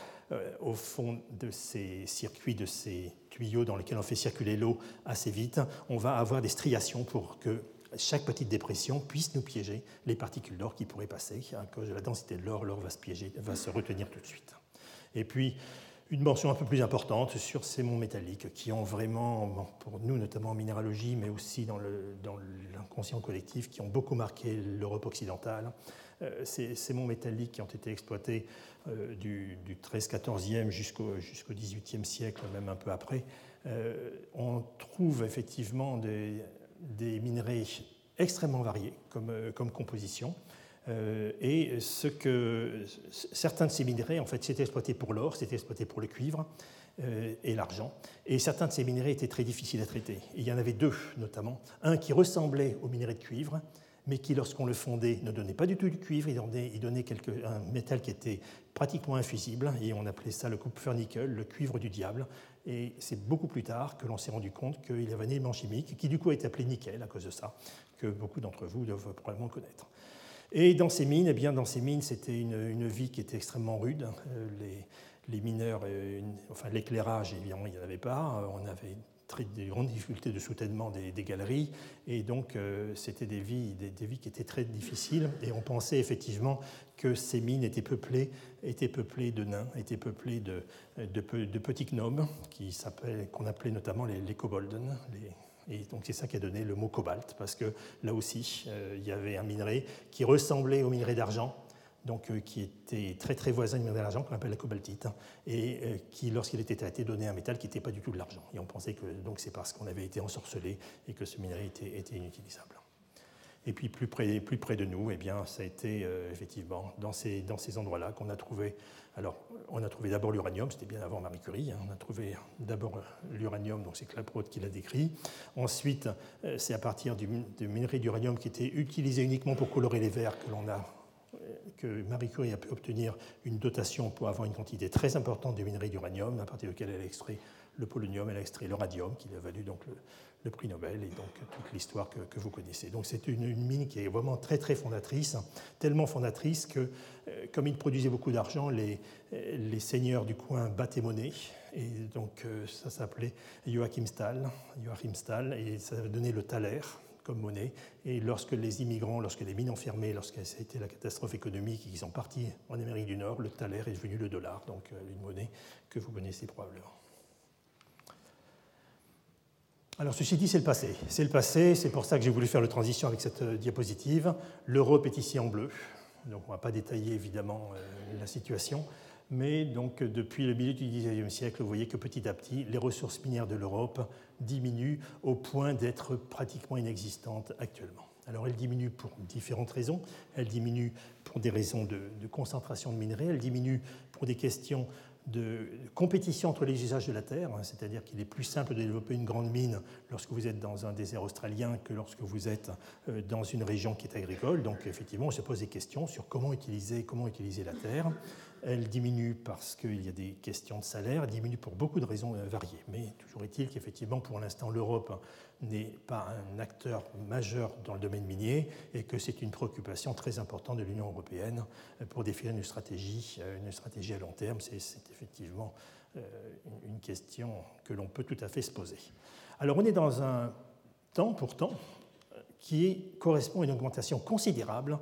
circuits, de ces tuyaux dans lesquels on fait circuler l'eau assez vite, on va avoir des striations pour que chaque petite dépression puisse nous piéger les particules d'or qui pourraient passer. À cause de la densité de l'or, l'or va se retenir tout de suite. Et puis, une mention un peu plus importante sur ces monts métalliques qui ont vraiment, pour nous notamment en minéralogie, mais aussi dans l'inconscient collectif, qui ont beaucoup marqué l'Europe occidentale. Ces monts métalliques qui ont été exploités du XIIIe jusqu'au XVIIIe siècle, même un peu après, on trouve effectivement des minerais extrêmement variés comme composition. Et certains de ces minerais, en fait, c'était exploité pour l'or, c'était exploité pour le cuivre et l'argent. Et certains de ces minerais étaient très difficiles à traiter. Et il y en avait 2, notamment. Un qui ressemblait au minerai de cuivre, mais qui, lorsqu'on le fondait, ne donnait pas du tout du cuivre, il donnait un métal qui était pratiquement infusible, et on appelait ça le Kupfernickel, le cuivre du diable. Et c'est beaucoup plus tard que l'on s'est rendu compte qu'il y avait un élément chimique qui, du coup, a été appelé nickel à cause de ça, que beaucoup d'entre vous doivent probablement connaître. Et dans ces mines, c'était une vie qui était extrêmement rude. Les mineurs, l'éclairage, évidemment, il n'y en avait pas. On avait des grandes difficultés de soutènement des galeries, et donc c'était des vies qui étaient très difficiles, et on pensait effectivement que ces mines étaient peuplées de nains, étaient peuplées de petits gnomes qu'on appelait notamment les kobolden. Et donc c'est ça qui a donné le mot cobalt, parce que là aussi, il y avait un minerai qui ressemblait au minerai d'argent, donc qui était très très voisin du minerai d'argent, qu'on appelle la cobaltite, et qui, lorsqu'il était traité, donnait un métal qui n'était pas du tout de l'argent. Et on pensait que donc, c'est parce qu'on avait été ensorcelé et que ce minerai était inutilisable. Et puis plus près de nous, eh bien, ça a été effectivement dans ces endroits-là qu'on a trouvé. Alors, on a trouvé d'abord l'uranium, c'était bien avant Marie Curie. On a trouvé d'abord l'uranium, donc c'est Klaproth qui l'a décrit. Ensuite, c'est à partir du minerai d'uranium qui était utilisé uniquement pour colorer les verres que l'on a que Marie Curie a pu obtenir une dotation pour avoir une quantité très importante de minerai d'uranium, à partir duquel elle a extrait le polonium, elle a extrait le radium, qui lui a valu donc le prix Nobel, et donc toute l'histoire que vous connaissez. Donc c'est une mine qui est vraiment très très fondatrice, tellement fondatrice que, comme il produisait beaucoup d'argent, les seigneurs du coin battaient monnaie, et donc ça s'appelait Joachim Stahl, et ça a donné le thaler comme monnaie. Et lorsque les immigrants, lorsque les mines ont fermé, lorsque ça a été la catastrophe économique et qu'ils sont partis en Amérique du Nord, le thaler est devenu le dollar, donc une monnaie que vous connaissez probablement. Alors ceci dit, c'est le passé. C'est le passé, c'est pour ça que j'ai voulu faire la transition avec cette diapositive. L'Europe est ici en bleu, donc on ne va pas détailler évidemment la situation, mais donc depuis le milieu du XIXe siècle, vous voyez que petit à petit, les ressources minières de l'Europe diminuent au point d'être pratiquement inexistantes actuellement. Alors elles diminuent pour différentes raisons. Elles diminuent pour des raisons de concentration de minerais, elles diminuent pour des questions de compétition entre les usages de la terre, c'est-à-dire qu'il est plus simple de développer une grande mine lorsque vous êtes dans un désert australien que lorsque vous êtes dans une région qui est agricole. Donc effectivement, on se pose des questions sur comment utiliser la terre. Elle diminue parce qu'il y a des questions de salaire, elle diminue pour beaucoup de raisons variées. Mais toujours est-il qu'effectivement, pour l'instant, l'Europe n'est pas un acteur majeur dans le domaine minier et que c'est une préoccupation très importante de l'Union européenne pour définir une stratégie à long terme. C'est effectivement une question que l'on peut tout à fait se poser. Alors on est dans un temps, pourtant, qui correspond à une augmentation considérable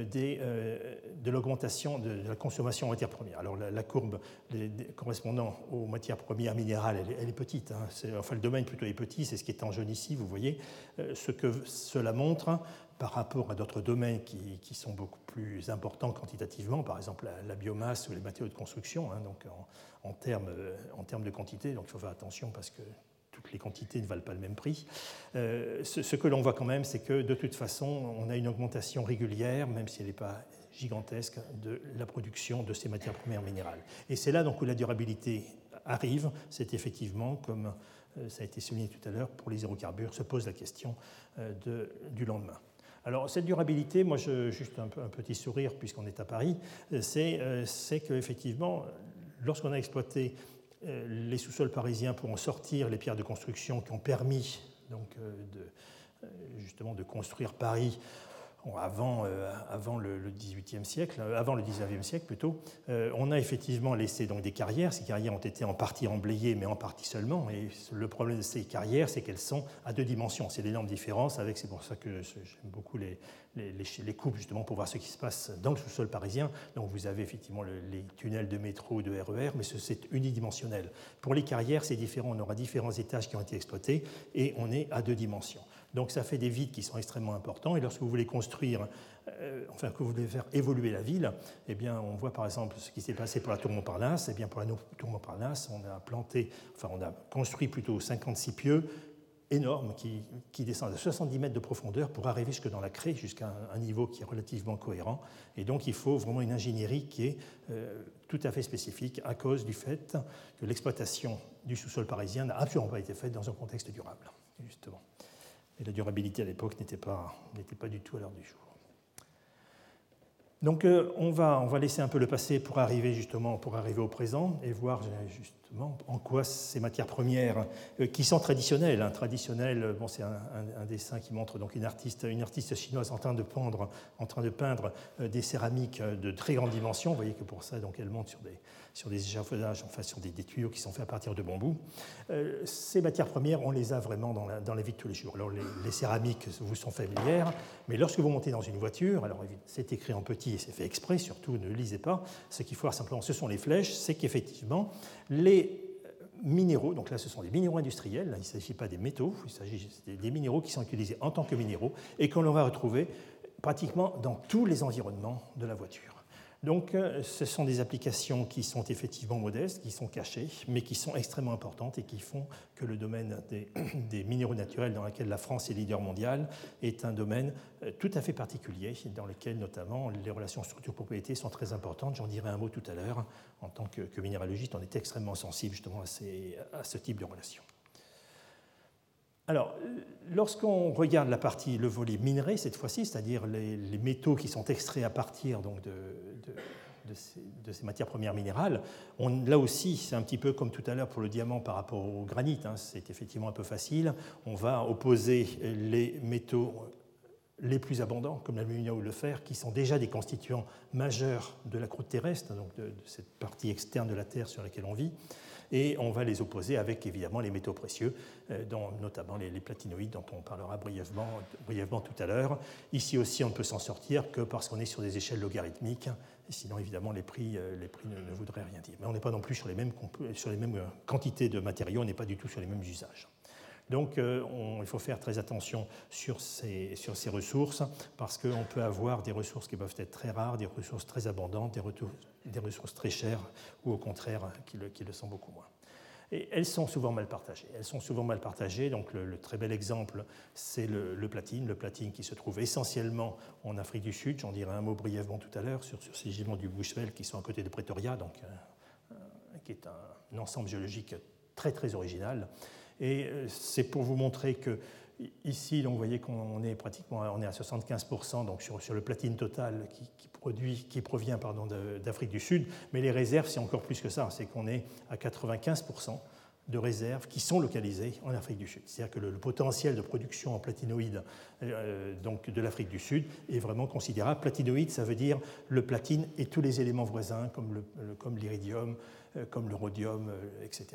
de l'augmentation de la consommation en matières premières. Alors la courbe correspondant aux matières premières minérales, elle est petite. Enfin, le domaine plutôt est petit, c'est ce qui est en jaune ici, vous voyez. Ce que cela montre par rapport à d'autres domaines qui sont beaucoup plus importants quantitativement, par exemple la biomasse ou les matériaux de construction, donc en termes de quantité. Donc il faut faire attention parce que toutes les quantités ne valent pas le même prix. Ce que l'on voit quand même, c'est que de toute façon, on a une augmentation régulière, même si elle n'est pas gigantesque, de la production de ces matières premières minérales. Et c'est là donc où la durabilité arrive. C'est effectivement, comme ça a été souligné tout à l'heure, pour les hydrocarbures, se pose la question du lendemain. Alors cette durabilité, moi juste un petit sourire puisqu'on est à Paris, c'est qu'effectivement, lorsqu'on a exploité les sous-sols parisiens pour en sortir les pierres de construction qui ont permis donc, justement de construire Paris avant le XVIIIe siècle, avant le XIXe siècle plutôt, on a effectivement laissé donc des carrières. Ces carrières ont été en partie emblayées, mais en partie seulement. Et le problème de ces carrières, c'est qu'elles sont à deux dimensions. C'est d'énormes différences. C'est pour ça que j'aime beaucoup les coupes, justement, pour voir ce qui se passe dans le sous-sol parisien. Donc vous avez effectivement les tunnels de métro, de RER, mais c'est unidimensionnel. Pour les carrières, c'est différent. On aura différents étages qui ont été exploités et on est à deux dimensions. Donc ça fait des vides qui sont extrêmement importants. Et lorsque vous voulez construire, que vous voulez faire évoluer la ville, eh bien, on voit par exemple ce qui s'est passé pour la tour Montparnasse. Eh bien, pour la tour Montparnasse, on a construit plutôt 56 pieux énormes qui descendent à 70 mètres de profondeur pour arriver jusque dans la craie, jusqu'à un niveau qui est relativement cohérent. Et donc il faut vraiment une ingénierie qui est tout à fait spécifique à cause du fait que l'exploitation du sous-sol parisien n'a absolument pas été faite dans un contexte durable, justement. Et la durabilité à l'époque n'était pas du tout à l'heure du jour. Donc on va laisser un peu le passé pour arriver au présent et voir justement en quoi ces matières premières qui sont traditionnelles. C'est un dessin qui montre donc une artiste chinoise en train de peindre des céramiques de très grande dimension. Vous voyez que pour ça, donc, elle monte sur des échafaudages, sur des tuyaux qui sont faits à partir de bambou. Ces matières premières, on les a vraiment dans la vie de tous les jours. Alors les céramiques vous sont familières, mais lorsque vous montez dans une voiture, alors c'est écrit en petit et c'est fait exprès, surtout ne lisez pas. Ce qu'il faut voir simplement, ce sont les flèches, c'est qu'effectivement, les minéraux, donc là ce sont des minéraux industriels, là, il ne s'agit pas des métaux, il s'agit des minéraux qui sont utilisés en tant que minéraux et qu'on va retrouver pratiquement dans tous les environnements de la voiture. Donc ce sont des applications qui sont effectivement modestes, qui sont cachées, mais qui sont extrêmement importantes et qui font que le domaine des minéraux naturels dans lequel la France est leader mondial est un domaine tout à fait particulier, dans lequel notamment les relations structure-propriété sont très importantes. J'en dirai un mot tout à l'heure. En tant que minéralogiste, on est extrêmement sensible justement à ce type de relations. Alors, lorsqu'on regarde le volet minerai cette fois-ci, c'est-à-dire les métaux qui sont extraits à partir donc, de ces matières premières minérales, là aussi, c'est un petit peu comme tout à l'heure pour le diamant par rapport au granit, hein, c'est effectivement un peu facile. On va opposer les métaux les plus abondants, comme l'aluminium ou le fer, qui sont déjà des constituants majeurs de la croûte terrestre, donc de cette partie externe de la Terre sur laquelle on vit, et on va les opposer avec évidemment les métaux précieux, dont notamment les platinoïdes dont on parlera brièvement tout à l'heure. Ici aussi, on ne peut s'en sortir que parce qu'on est sur des échelles logarithmiques, sinon évidemment les prix ne voudraient rien dire. Mais on n'est pas non plus sur les mêmes quantités de matériaux, on n'est pas du tout sur les mêmes usages. Donc il faut faire très attention sur ces ressources parce qu'on peut avoir des ressources qui peuvent être très rares, des ressources très abondantes, des ressources très chères ou au contraire qui le sont beaucoup moins. Et elles sont souvent mal partagées. Donc le très bel exemple, c'est le platine qui se trouve essentiellement en Afrique du Sud. J'en dirai un mot brièvement tout à l'heure sur ces gisements du Bushveld qui sont à côté de Pretoria, donc, qui est un ensemble géologique très très original. Et c'est pour vous montrer que ici, donc, vous voyez qu'on est pratiquement à 75% donc sur le platine total qui provient d'Afrique du Sud, mais les réserves, c'est encore plus que ça, c'est qu'on est à 95% de réserves qui sont localisées en Afrique du Sud. C'est-à-dire que le potentiel de production en platinoïdes donc de l'Afrique du Sud est vraiment considérable. Platinoïde, ça veut dire le platine et tous les éléments voisins comme l'iridium, comme le rhodium, etc.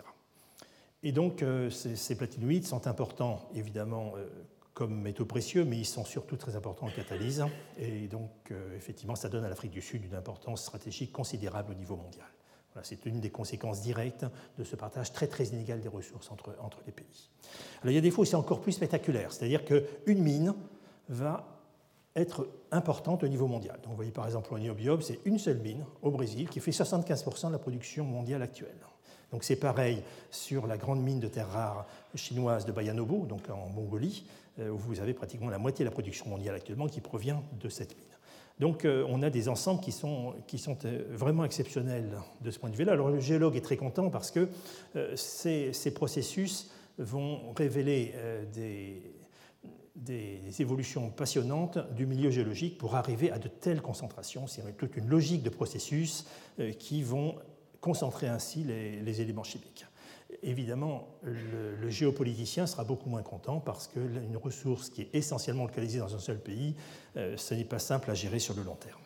Et donc, ces platinoïdes sont importants, évidemment, comme métaux précieux, mais ils sont surtout très importants en catalyse. Et donc, effectivement, ça donne à l'Afrique du Sud une importance stratégique considérable au niveau mondial. Voilà, c'est une des conséquences directes de ce partage très, très inégal des ressources entre les pays. Alors, il y a des fois où c'est encore plus spectaculaire, c'est-à-dire qu'une mine va être importante au niveau mondial. Donc, vous voyez, par exemple, au niobium, c'est une seule mine au Brésil qui fait 75% de la production mondiale actuelle. Donc c'est pareil sur la grande mine de terres rares chinoise de Bayanobo, donc en Mongolie, où vous avez pratiquement la moitié de la production mondiale actuellement qui provient de cette mine. Donc on a des ensembles qui sont vraiment exceptionnels de ce point de vue-là. Alors le géologue est très content parce que ces processus vont révéler des évolutions passionnantes du milieu géologique pour arriver à de telles concentrations. C'est toute une logique de processus qui vont concentrer ainsi les éléments chimiques. Évidemment, le géopoliticien sera beaucoup moins content parce qu'une ressource qui est essentiellement localisée dans un seul pays, ce n'est pas simple à gérer sur le long terme.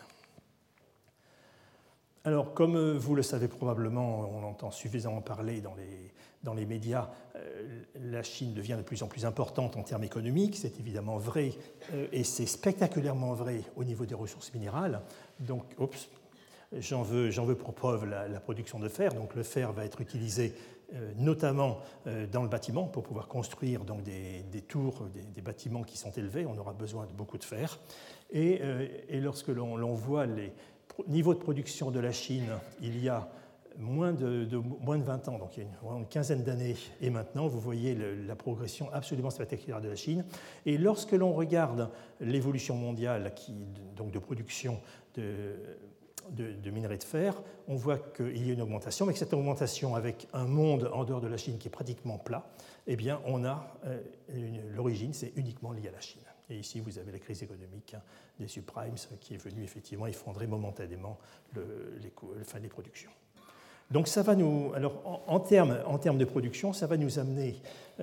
Alors, comme vous le savez probablement, on entend suffisamment parler dans les médias, la Chine devient de plus en plus importante en termes économiques. C'est évidemment vrai et c'est spectaculairement vrai au niveau des ressources minérales. Donc, j'en veux pour preuve la production de fer. Donc le fer va être utilisé notamment dans le bâtiment pour pouvoir construire donc des tours, des bâtiments qui sont élevés. On aura besoin de beaucoup de fer. Et lorsque l'on voit les niveaux de production de la Chine, il y a moins de 20 ans, donc il y a une quinzaine d'années, et maintenant, vous voyez la progression absolument spectaculaire de la Chine. Et lorsque l'on regarde l'évolution mondiale donc de production de minerais de fer, on voit qu'il y a une augmentation, mais que cette augmentation avec un monde en dehors de la Chine qui est pratiquement plat, eh bien, on a l'origine, c'est uniquement lié à la Chine. Et ici, vous avez la crise économique des subprimes qui est venue effectivement effondrer momentanément les productions. Donc ça va nous, alors en termes de production, ça va nous amener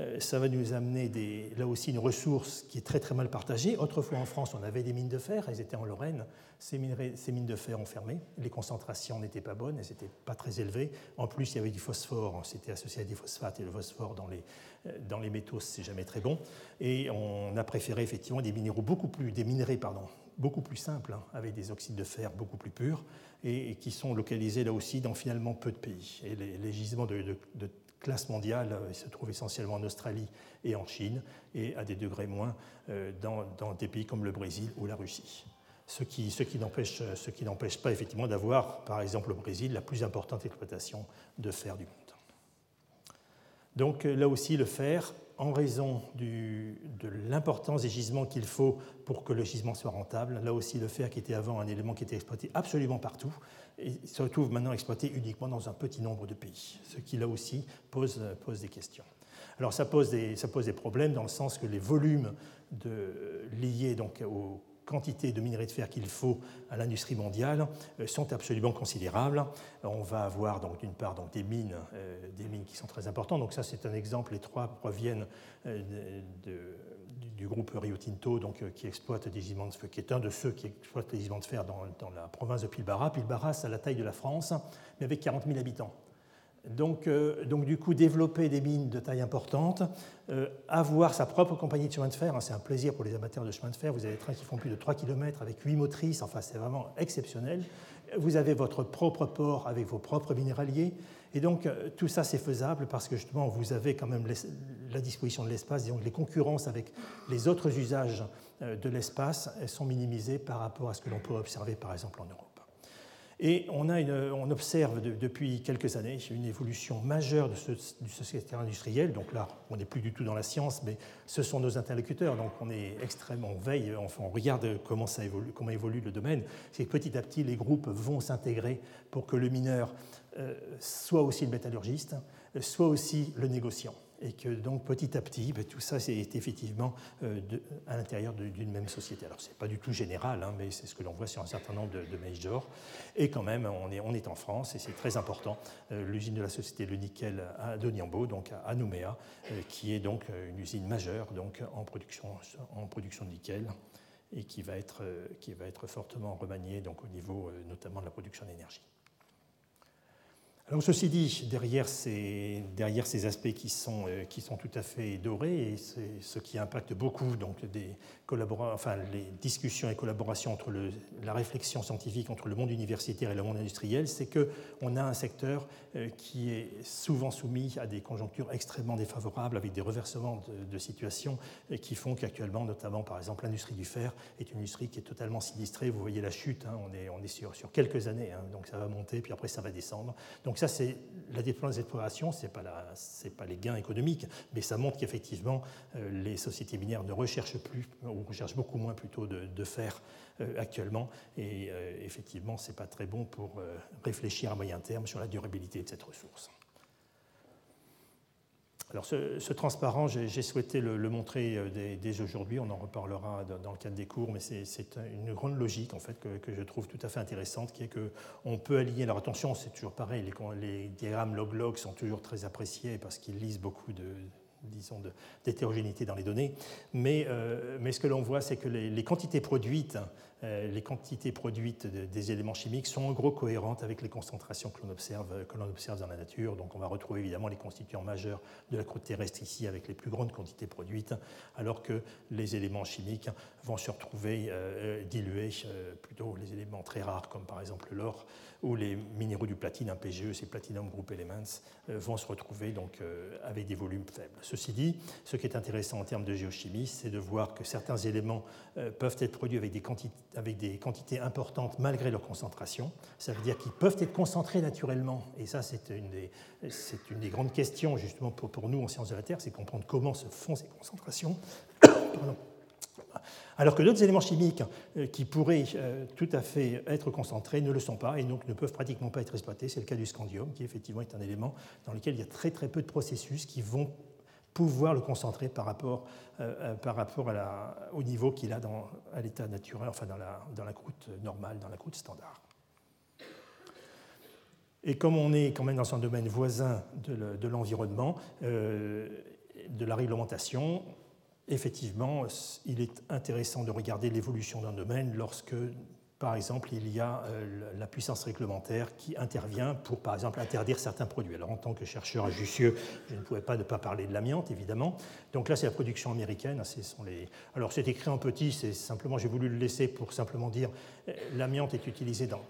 là aussi une ressource qui est très très mal partagée. Autrefois en France, on avait des mines de fer, elles étaient en Lorraine. Ces mines de fer ont fermé, les concentrations n'étaient pas bonnes, elles n'étaient pas très élevées. En plus, il y avait du phosphore, c'était associé à des phosphates, et le phosphore dans les métaux, c'est jamais très bon. Et on a préféré effectivement des minerais beaucoup plus simples, hein, avec des oxydes de fer beaucoup plus purs, et qui sont localisés là aussi dans finalement peu de pays. Et les gisements de classe mondiale se trouvent essentiellement en Australie et en Chine, et à des degrés moins dans des pays comme le Brésil ou la Russie. Ce qui n'empêche pas effectivement d'avoir, par exemple au Brésil, la plus importante exploitation de fer du monde. Donc là aussi, le fer, en raison de l'importance des gisements qu'il faut pour que le gisement soit rentable, là aussi le fer qui était avant un élément qui était exploité absolument partout, et se retrouve maintenant exploité uniquement dans un petit nombre de pays, ce qui là aussi pose des questions. Alors ça pose des problèmes dans le sens que les volumes liés donc aux quantités de minerais de fer qu'il faut à l'industrie mondiale sont absolument considérables. On va avoir donc d'une part donc des mines qui sont très importantes. Donc ça c'est un exemple. Les trois proviennent du groupe Rio Tinto, donc qui exploite des gisements de fer, qui est un de ceux qui exploitent les gisements de fer dans la province de Pilbara. Pilbara, c'est à la taille de la France, mais avec 40 000 habitants. Donc, du coup, développer des mines de taille importante, avoir sa propre compagnie de chemin de fer, hein, c'est un plaisir pour les amateurs de chemin de fer. Vous avez des trains qui font plus de 3 km avec 8 motrices, enfin c'est vraiment exceptionnel. Vous avez votre propre port avec vos propres minéraliers. Et donc, tout ça, c'est faisable parce que justement, vous avez quand même la disposition de l'espace. Donc, les concurrences avec les autres usages de l'espace sont minimisées par rapport à ce que l'on peut observer, par exemple, en Europe. Et on observe depuis quelques années une évolution majeure du secteur industriel. Donc là, on n'est plus du tout dans la science, mais ce sont nos interlocuteurs. Donc on veille, enfin, on regarde comment évolue le domaine. C'est que petit à petit, les groupes vont s'intégrer pour que le mineur soit aussi le métallurgiste, soit aussi le négociant. Et que donc petit à petit, tout ça c'est effectivement à l'intérieur d'une même société. Alors ce n'est pas du tout général, hein, mais c'est ce que l'on voit sur un certain nombre de majors. Et quand même, on est en France, et c'est très important, l'usine de la société Le Nickel de Niambo, donc à Nouméa, qui est donc une usine majeure donc, en production de nickel, et qui va être fortement remaniée donc, au niveau notamment de la production d'énergie. Alors, ceci dit, derrière ces aspects qui sont tout à fait dorés, et c'est ce qui impacte beaucoup donc, les discussions et collaborations entre la réflexion scientifique entre le monde universitaire et le monde industriel, c'est qu'on a un secteur qui est souvent soumis à des conjonctures extrêmement défavorables, avec des reversements de situations qui font qu'actuellement, notamment par exemple l'industrie du fer, est une industrie qui est totalement sinistrée. Vous voyez la chute, hein, on est sur quelques années, hein, donc ça va monter, puis après ça va descendre. Donc ça, c'est la dépense d'exploration, ce n'est pas les gains économiques, mais ça montre qu'effectivement, les sociétés minières ne recherchent plus, ou recherchent beaucoup moins plutôt de fer actuellement, et effectivement, ce n'est pas très bon pour réfléchir à moyen terme sur la durabilité de cette ressource. Alors ce transparent, j'ai souhaité le montrer dès aujourd'hui, on en reparlera dans le cadre des cours, mais c'est une grande logique en fait, que je trouve tout à fait intéressante, qui est qu'on peut aligner, alors attention, c'est toujours pareil, les diagrammes log-log sont toujours très appréciés parce qu'ils lisent beaucoup d'hétérogénéité dans les données, mais ce que l'on voit, c'est que les quantités produites des éléments chimiques sont en gros cohérentes avec les concentrations que l'on observe dans la nature. Donc on va retrouver évidemment les constituants majeurs de la croûte terrestre ici avec les plus grandes quantités produites, alors que les éléments chimiques vont se retrouver dilués, plutôt les éléments très rares comme par exemple l'or ou les minéraux du platine, un PGE, ces Platinum Group Elements, vont se retrouver donc, avec des volumes faibles. Ceci dit, ce qui est intéressant en termes de géochimie, c'est de voir que certains éléments peuvent être produits avec des quantités importantes malgré leur concentration. Ça veut dire qu'ils peuvent être concentrés naturellement. Et ça, c'est une des grandes questions justement pour nous en sciences de la Terre, c'est comprendre comment se font ces concentrations. Pardon. Alors que d'autres éléments chimiques qui pourraient tout à fait être concentrés ne le sont pas et donc ne peuvent pratiquement pas être exploités. C'est le cas du scandium, qui effectivement est un élément dans lequel il y a très très peu de processus qui vont pouvoir le concentrer par rapport au niveau qu'il a à l'état naturel, enfin dans la croûte normale, dans la croûte standard. Et comme on est quand même dans un domaine voisin de l'environnement, de la réglementation, effectivement, il est intéressant de regarder l'évolution d'un domaine lorsque, par exemple, il y a la puissance réglementaire qui intervient pour, par exemple, interdire certains produits. Alors, en tant que chercheur à Jussieu, je ne pouvais pas ne pas parler de l'amiante, évidemment. Donc là, c'est la production américaine. Alors, c'est écrit en petit, c'est simplement, j'ai voulu le laisser pour simplement dire l'amiante est utilisée dans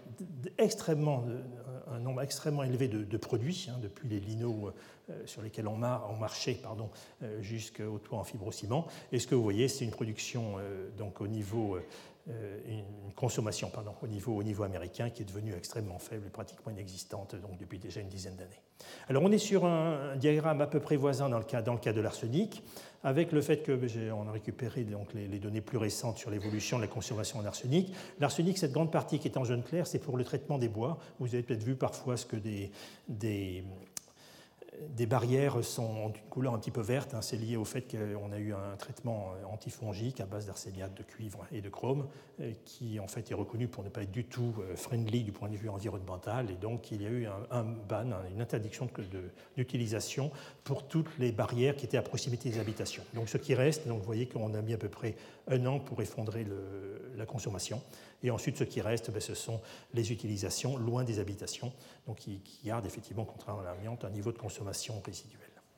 un nombre extrêmement élevé de produits, hein, depuis les linos sur lesquels on marchait jusqu'au toit en fibrociment. Et ce que vous voyez, c'est une production donc au niveau... une consommation au niveau américain qui est devenue extrêmement faible et pratiquement inexistante donc depuis déjà une dizaine d'années. Alors on est sur un diagramme à peu près voisin dans le cas de l'arsenic, avec le fait qu'on a récupéré donc les données plus récentes sur l'évolution de la consommation en arsenic. L'arsenic, cette grande partie qui est en jaune clair, c'est pour le traitement des bois. Vous avez peut-être vu parfois ce que des des barrières ont une couleur un petit peu verte. C'est lié au fait qu'on a eu un traitement antifongique à base d'arséniate, de cuivre et de chrome, qui en fait est reconnu pour ne pas être du tout friendly du point de vue environnemental. Et donc il y a eu un ban, une interdiction d'utilisation pour toutes les barrières qui étaient à proximité des habitations. Donc ce qui reste, donc vous voyez qu'on a mis à peu près 1 an pour effondrer la consommation. Et ensuite, ce qui reste, ce sont les utilisations loin des habitations, donc qui gardent effectivement, contrairement à l'amiante, un niveau de consommation résiduel.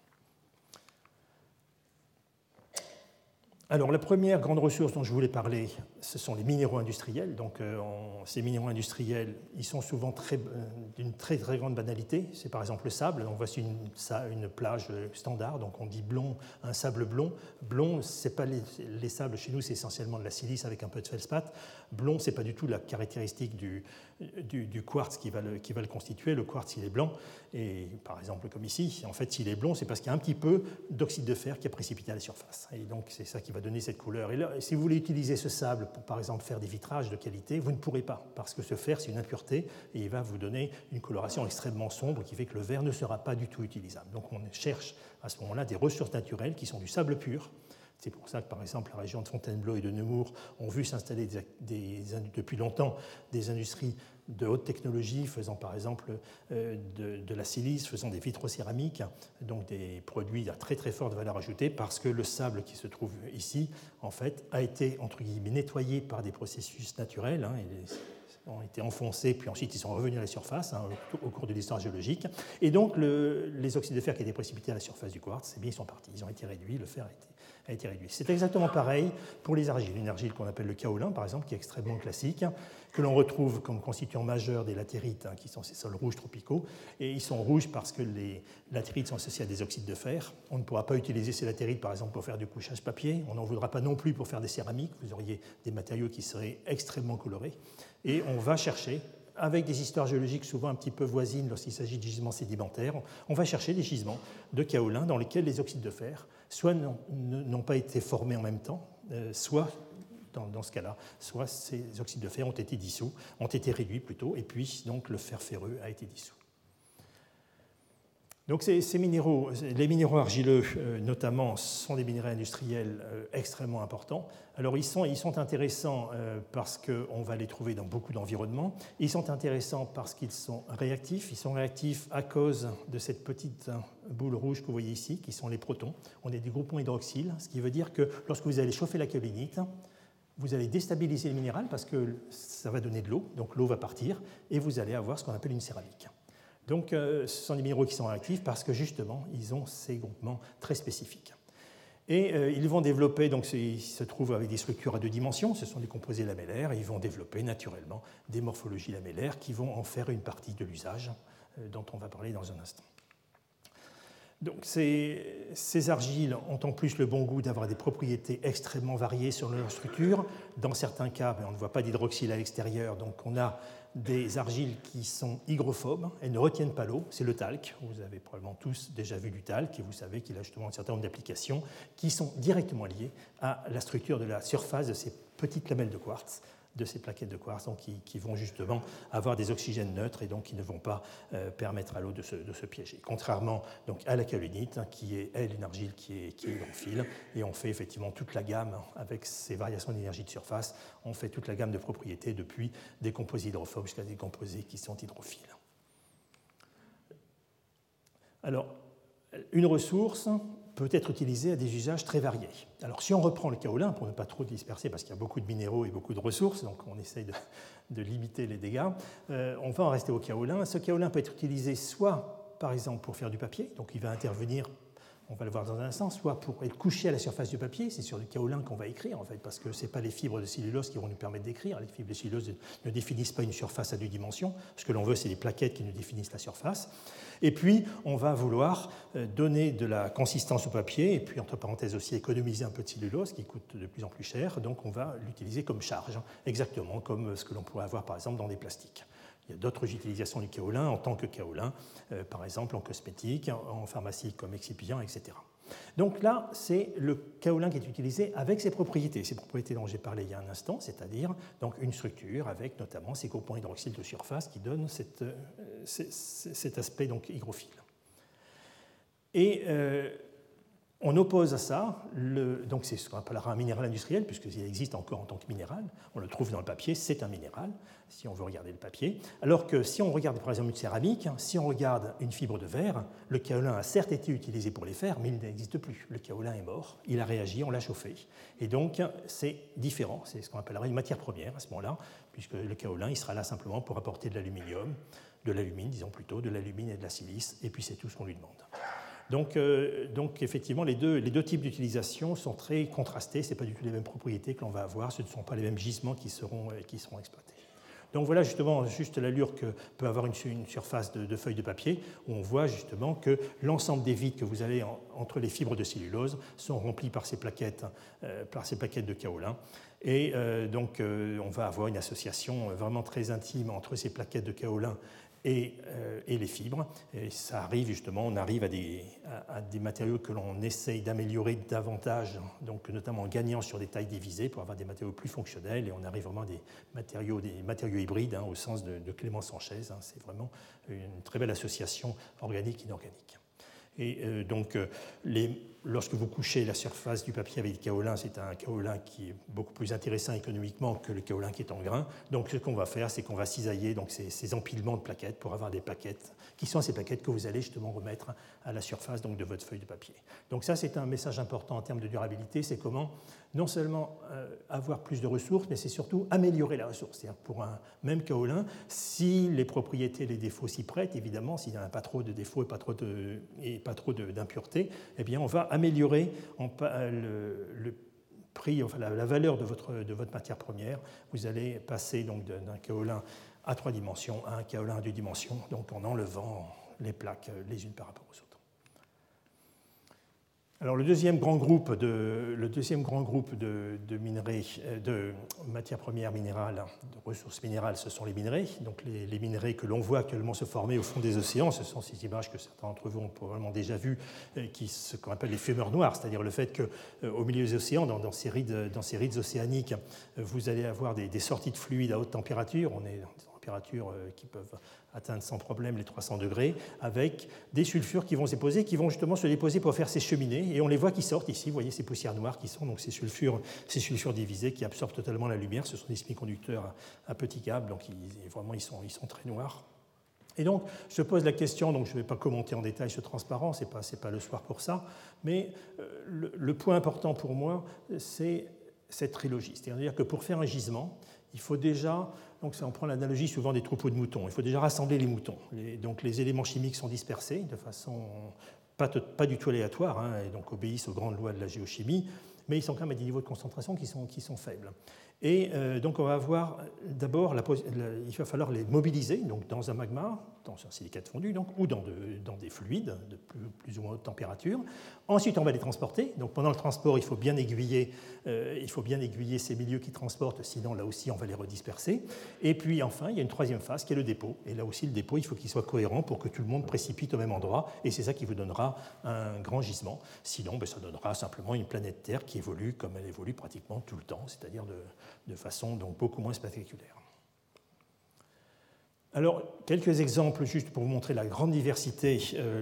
Alors, la première grande ressource dont je voulais parler, ce sont les minéraux industriels. Donc, ces minéraux industriels, ils sont souvent d'une très, très grande banalité. C'est par exemple le sable. Donc, voici une plage standard. Donc, on dit blond, un sable blond. Blond, c'est pas les sables chez nous, c'est essentiellement de la silice avec un peu de feldspath. Blond, c'est pas du tout la caractéristique du quartz qui va le constituer. Le quartz, il est blanc. Et par exemple, comme ici, en fait, s'il est blond, c'est parce qu'il y a un petit peu d'oxyde de fer qui est précipité à la surface. Et donc, c'est ça qui va donner cette couleur. Et là, si vous voulez utiliser ce sable pour, par exemple, faire des vitrages de qualité, vous ne pourrez pas, parce que ce fer, c'est une impureté, et il va vous donner une coloration extrêmement sombre qui fait que le verre ne sera pas du tout utilisable. Donc, on cherche à ce moment-là des ressources naturelles qui sont du sable pur. C'est pour ça que, par exemple, la région de Fontainebleau et de Nemours ont vu s'installer depuis longtemps des industries de haute technologie, faisant par exemple de la silice, faisant des vitrocéramiques, donc des produits à très très forte valeur ajoutée, parce que le sable qui se trouve ici, en fait, a été, entre guillemets, nettoyé par des processus naturels, ont été enfoncés, puis ensuite ils sont revenus à la surface au cours de l'histoire géologique. Et donc les oxydes de fer qui étaient précipités à la surface du quartz, ils sont partis, ils ont été réduits, le fer a été réduit. C'est exactement pareil pour les argiles. Une argile qu'on appelle le kaolin, par exemple, qui est extrêmement classique, que l'on retrouve comme constituant majeur des latérites, qui sont ces sols rouges tropicaux. Et ils sont rouges parce que les latérites sont associées à des oxydes de fer. On ne pourra pas utiliser ces latérites, par exemple, pour faire du couchage papier. On n'en voudra pas non plus pour faire des céramiques. Vous auriez des matériaux qui seraient extrêmement colorés. Et on va chercher, avec des histoires géologiques souvent un petit peu voisines lorsqu'il s'agit de gisements sédimentaires, on va chercher des gisements de kaolin dans lesquels les oxydes de fer soit n'ont pas été formés en même temps, soit, dans ce cas-là, soit ces oxydes de fer ont été dissous, ont été réduits plutôt, et puis donc le fer ferreux a été dissous. Donc ces minéraux, les minéraux argileux notamment, sont des minéraux industriels extrêmement importants. Alors ils sont intéressants parce qu'on va les trouver dans beaucoup d'environnements. Ils sont intéressants parce qu'ils sont réactifs. Ils sont réactifs à cause de cette petite boule rouge que vous voyez ici, qui sont les protons. On est des groupons hydroxyles, ce qui veut dire que lorsque vous allez chauffer la kaolinite, vous allez déstabiliser le minéral parce que ça va donner de l'eau, donc l'eau va partir, et vous allez avoir ce qu'on appelle une céramique. Donc, ce sont des minéraux qui sont réactifs parce que, justement, ils ont ces groupements très spécifiques. Et ils vont développer, donc ils se trouvent avec des structures à 2 dimensions, ce sont des composés lamellaires, et ils vont développer naturellement des morphologies lamellaires qui vont en faire une partie de l'usage dont on va parler dans un instant. Donc, ces argiles ont en plus le bon goût d'avoir des propriétés extrêmement variées sur leur structure. Dans certains cas, on ne voit pas d'hydroxyle à l'extérieur, donc on a des argiles qui sont hygrophobes, elles ne retiennent pas l'eau, c'est le talc. Vous avez probablement tous déjà vu du talc, et vous savez qu'il a justement un certain nombre d'applications qui sont directement liées à la structure de la surface de ces petites lamelles de quartz, de ces plaquettes de quartz, donc qui vont justement avoir des oxygènes neutres et donc qui ne vont pas permettre à l'eau de se piéger. Contrairement donc, à la kaolinite, qui est, elle, une argile qui est hydrophile, et on fait effectivement toute la gamme, avec ces variations d'énergie de surface, on fait toute la gamme de propriétés depuis des composés hydrophobes jusqu'à des composés qui sont hydrophiles. Alors, une ressource peut être utilisée à des usages très variés. Alors, si on reprend le kaolin, pour ne pas trop disperser, parce qu'il y a beaucoup de minéraux et beaucoup de ressources, donc on essaye de limiter les dégâts, on va en rester au kaolin. Ce kaolin peut être utilisé soit, par exemple, pour faire du papier, donc il va intervenir, on va le voir dans un instant, soit pour être couché à la surface du papier, c'est sur le kaolin qu'on va écrire, en fait, parce que ce n'est pas les fibres de cellulose qui vont nous permettre d'écrire. Les fibres de cellulose ne définissent pas une surface à 2 dimensions. Ce que l'on veut, c'est les plaquettes qui nous définissent la surface. Et puis, on va vouloir donner de la consistance au papier, et puis, entre parenthèses aussi, économiser un peu de cellulose, qui coûte de plus en plus cher. Donc, on va l'utiliser comme charge, exactement comme ce que l'on pourrait avoir, par exemple, dans des plastiques. Il y a d'autres utilisations du kaolin en tant que kaolin, par exemple en cosmétique, en pharmacie comme excipient, etc. Donc là, c'est le kaolin qui est utilisé avec ces propriétés dont j'ai parlé il y a un instant, c'est-à-dire donc une structure avec notamment ces groupements hydroxyles de surface qui donnent cet aspect donc hygrophile. Et on oppose à ça, donc c'est ce qu'on appellera un minéral industriel, puisqu'il existe encore en tant que minéral, on le trouve dans le papier, c'est un minéral, si on veut regarder le papier. Alors que si on regarde par exemple une céramique, si on regarde une fibre de verre, le kaolin a certes été utilisé pour les faire, mais il n'existe plus. Le kaolin est mort, il a réagi, on l'a chauffé. Et donc c'est différent, c'est ce qu'on appellera une matière première à ce moment-là, puisque le kaolin il sera là simplement pour apporter de l'aluminium, de l'alumine disons plutôt, de l'alumine et de la silice, et puis c'est tout ce qu'on lui demande. Donc effectivement, les deux types d'utilisation sont très contrastés. Ce n'est pas du tout les mêmes propriétés que l'on va avoir. Ce ne sont pas les mêmes gisements qui seront exploités. Donc voilà justement juste l'allure que peut avoir une surface de feuille de papier, où on voit justement que l'ensemble des vides que vous avez entre les fibres de cellulose sont remplis par ces plaquettes de kaolin. Et donc on va avoir une association vraiment très intime entre ces plaquettes de kaolin et les fibres. Et ça arrive justement, on arrive à des matériaux que l'on essaye d'améliorer davantage, donc notamment en gagnant sur des tailles divisées pour avoir des matériaux plus fonctionnels, et on arrive vraiment à des matériaux hybrides, au sens de Clément Sanchez. C'est vraiment une très belle association organique-inorganique. Et donc, lorsque vous couchez la surface du papier avec du kaolin, c'est un kaolin qui est beaucoup plus intéressant économiquement que le kaolin qui est en grain. Donc, ce qu'on va faire, c'est qu'on va cisailler donc, ces empilements de plaquettes pour avoir des plaquettes qui sont ces plaquettes que vous allez justement remettre à la surface donc, de votre feuille de papier. Donc, ça, c'est un message important en termes de durabilité. C'est comment non seulement avoir plus de ressources, mais c'est surtout améliorer la ressource. C'est-à-dire pour un même kaolin, si les propriétés et les défauts s'y prêtent, évidemment, s'il n'y a pas trop de défauts et pas trop d'impuretés, eh bien, on va améliorer le prix, enfin, la valeur de votre matière première. Vous allez passer donc d'un kaolin à 3 dimensions à un kaolin à 2 dimensions, donc en enlevant les plaques les unes par rapport aux autres. Alors, le deuxième grand groupe de minerais, de matières premières minérales, de ressources minérales, ce sont les minerais. Donc, les minerais que l'on voit actuellement se former au fond des océans, ce sont ces images que certains d'entre vous ont probablement déjà vues, ce qu'on appelle les fumeurs noirs, c'est-à-dire le fait qu'au milieu des océans, dans ces rides océaniques, vous allez avoir des sorties de fluides à haute température. On est dans des températures qui peuvent atteindre sans problème les 300 degrés, avec des sulfures qui vont se déposer pour faire ces cheminées, et on les voit qui sortent ici, vous voyez ces poussières noires qui sont donc ces sulfures divisés qui absorbent totalement la lumière. Ce sont des semi-conducteurs à petits câbles, donc ils sont très noirs. Et donc, je pose la question, donc je ne vais pas commenter en détail ce transparent, ce n'est pas le soir pour ça, mais le point important pour moi, c'est cette trilogie. C'est-à-dire que pour faire un gisement, il faut déjà, donc ça on prend l'analogie souvent des troupeaux de moutons, il faut déjà rassembler les moutons. Donc les éléments chimiques sont dispersés de façon pas du tout aléatoire, et donc obéissent aux grandes lois de la géochimie, mais ils sont quand même à des niveaux de concentration qui sont faibles. Et donc on va avoir d'abord, il va falloir les mobiliser donc dans un magma, dans un silicate fondu donc, ou dans des fluides de plus ou moins haute température. Ensuite on va les transporter. Donc pendant le transport il faut bien aiguiller ces milieux qui transportent, sinon là aussi on va les redisperser. Et puis enfin il y a une troisième phase qui est le dépôt. Et là aussi le dépôt il faut qu'il soit cohérent pour que tout le monde précipite au même endroit. Et c'est ça qui vous donnera un grand gisement. Sinon ça donnera simplement une planète Terre qui évolue comme elle évolue pratiquement tout le temps, c'est-à-dire de façon donc beaucoup moins spectaculaire. Alors, quelques exemples juste pour vous montrer la grande diversité,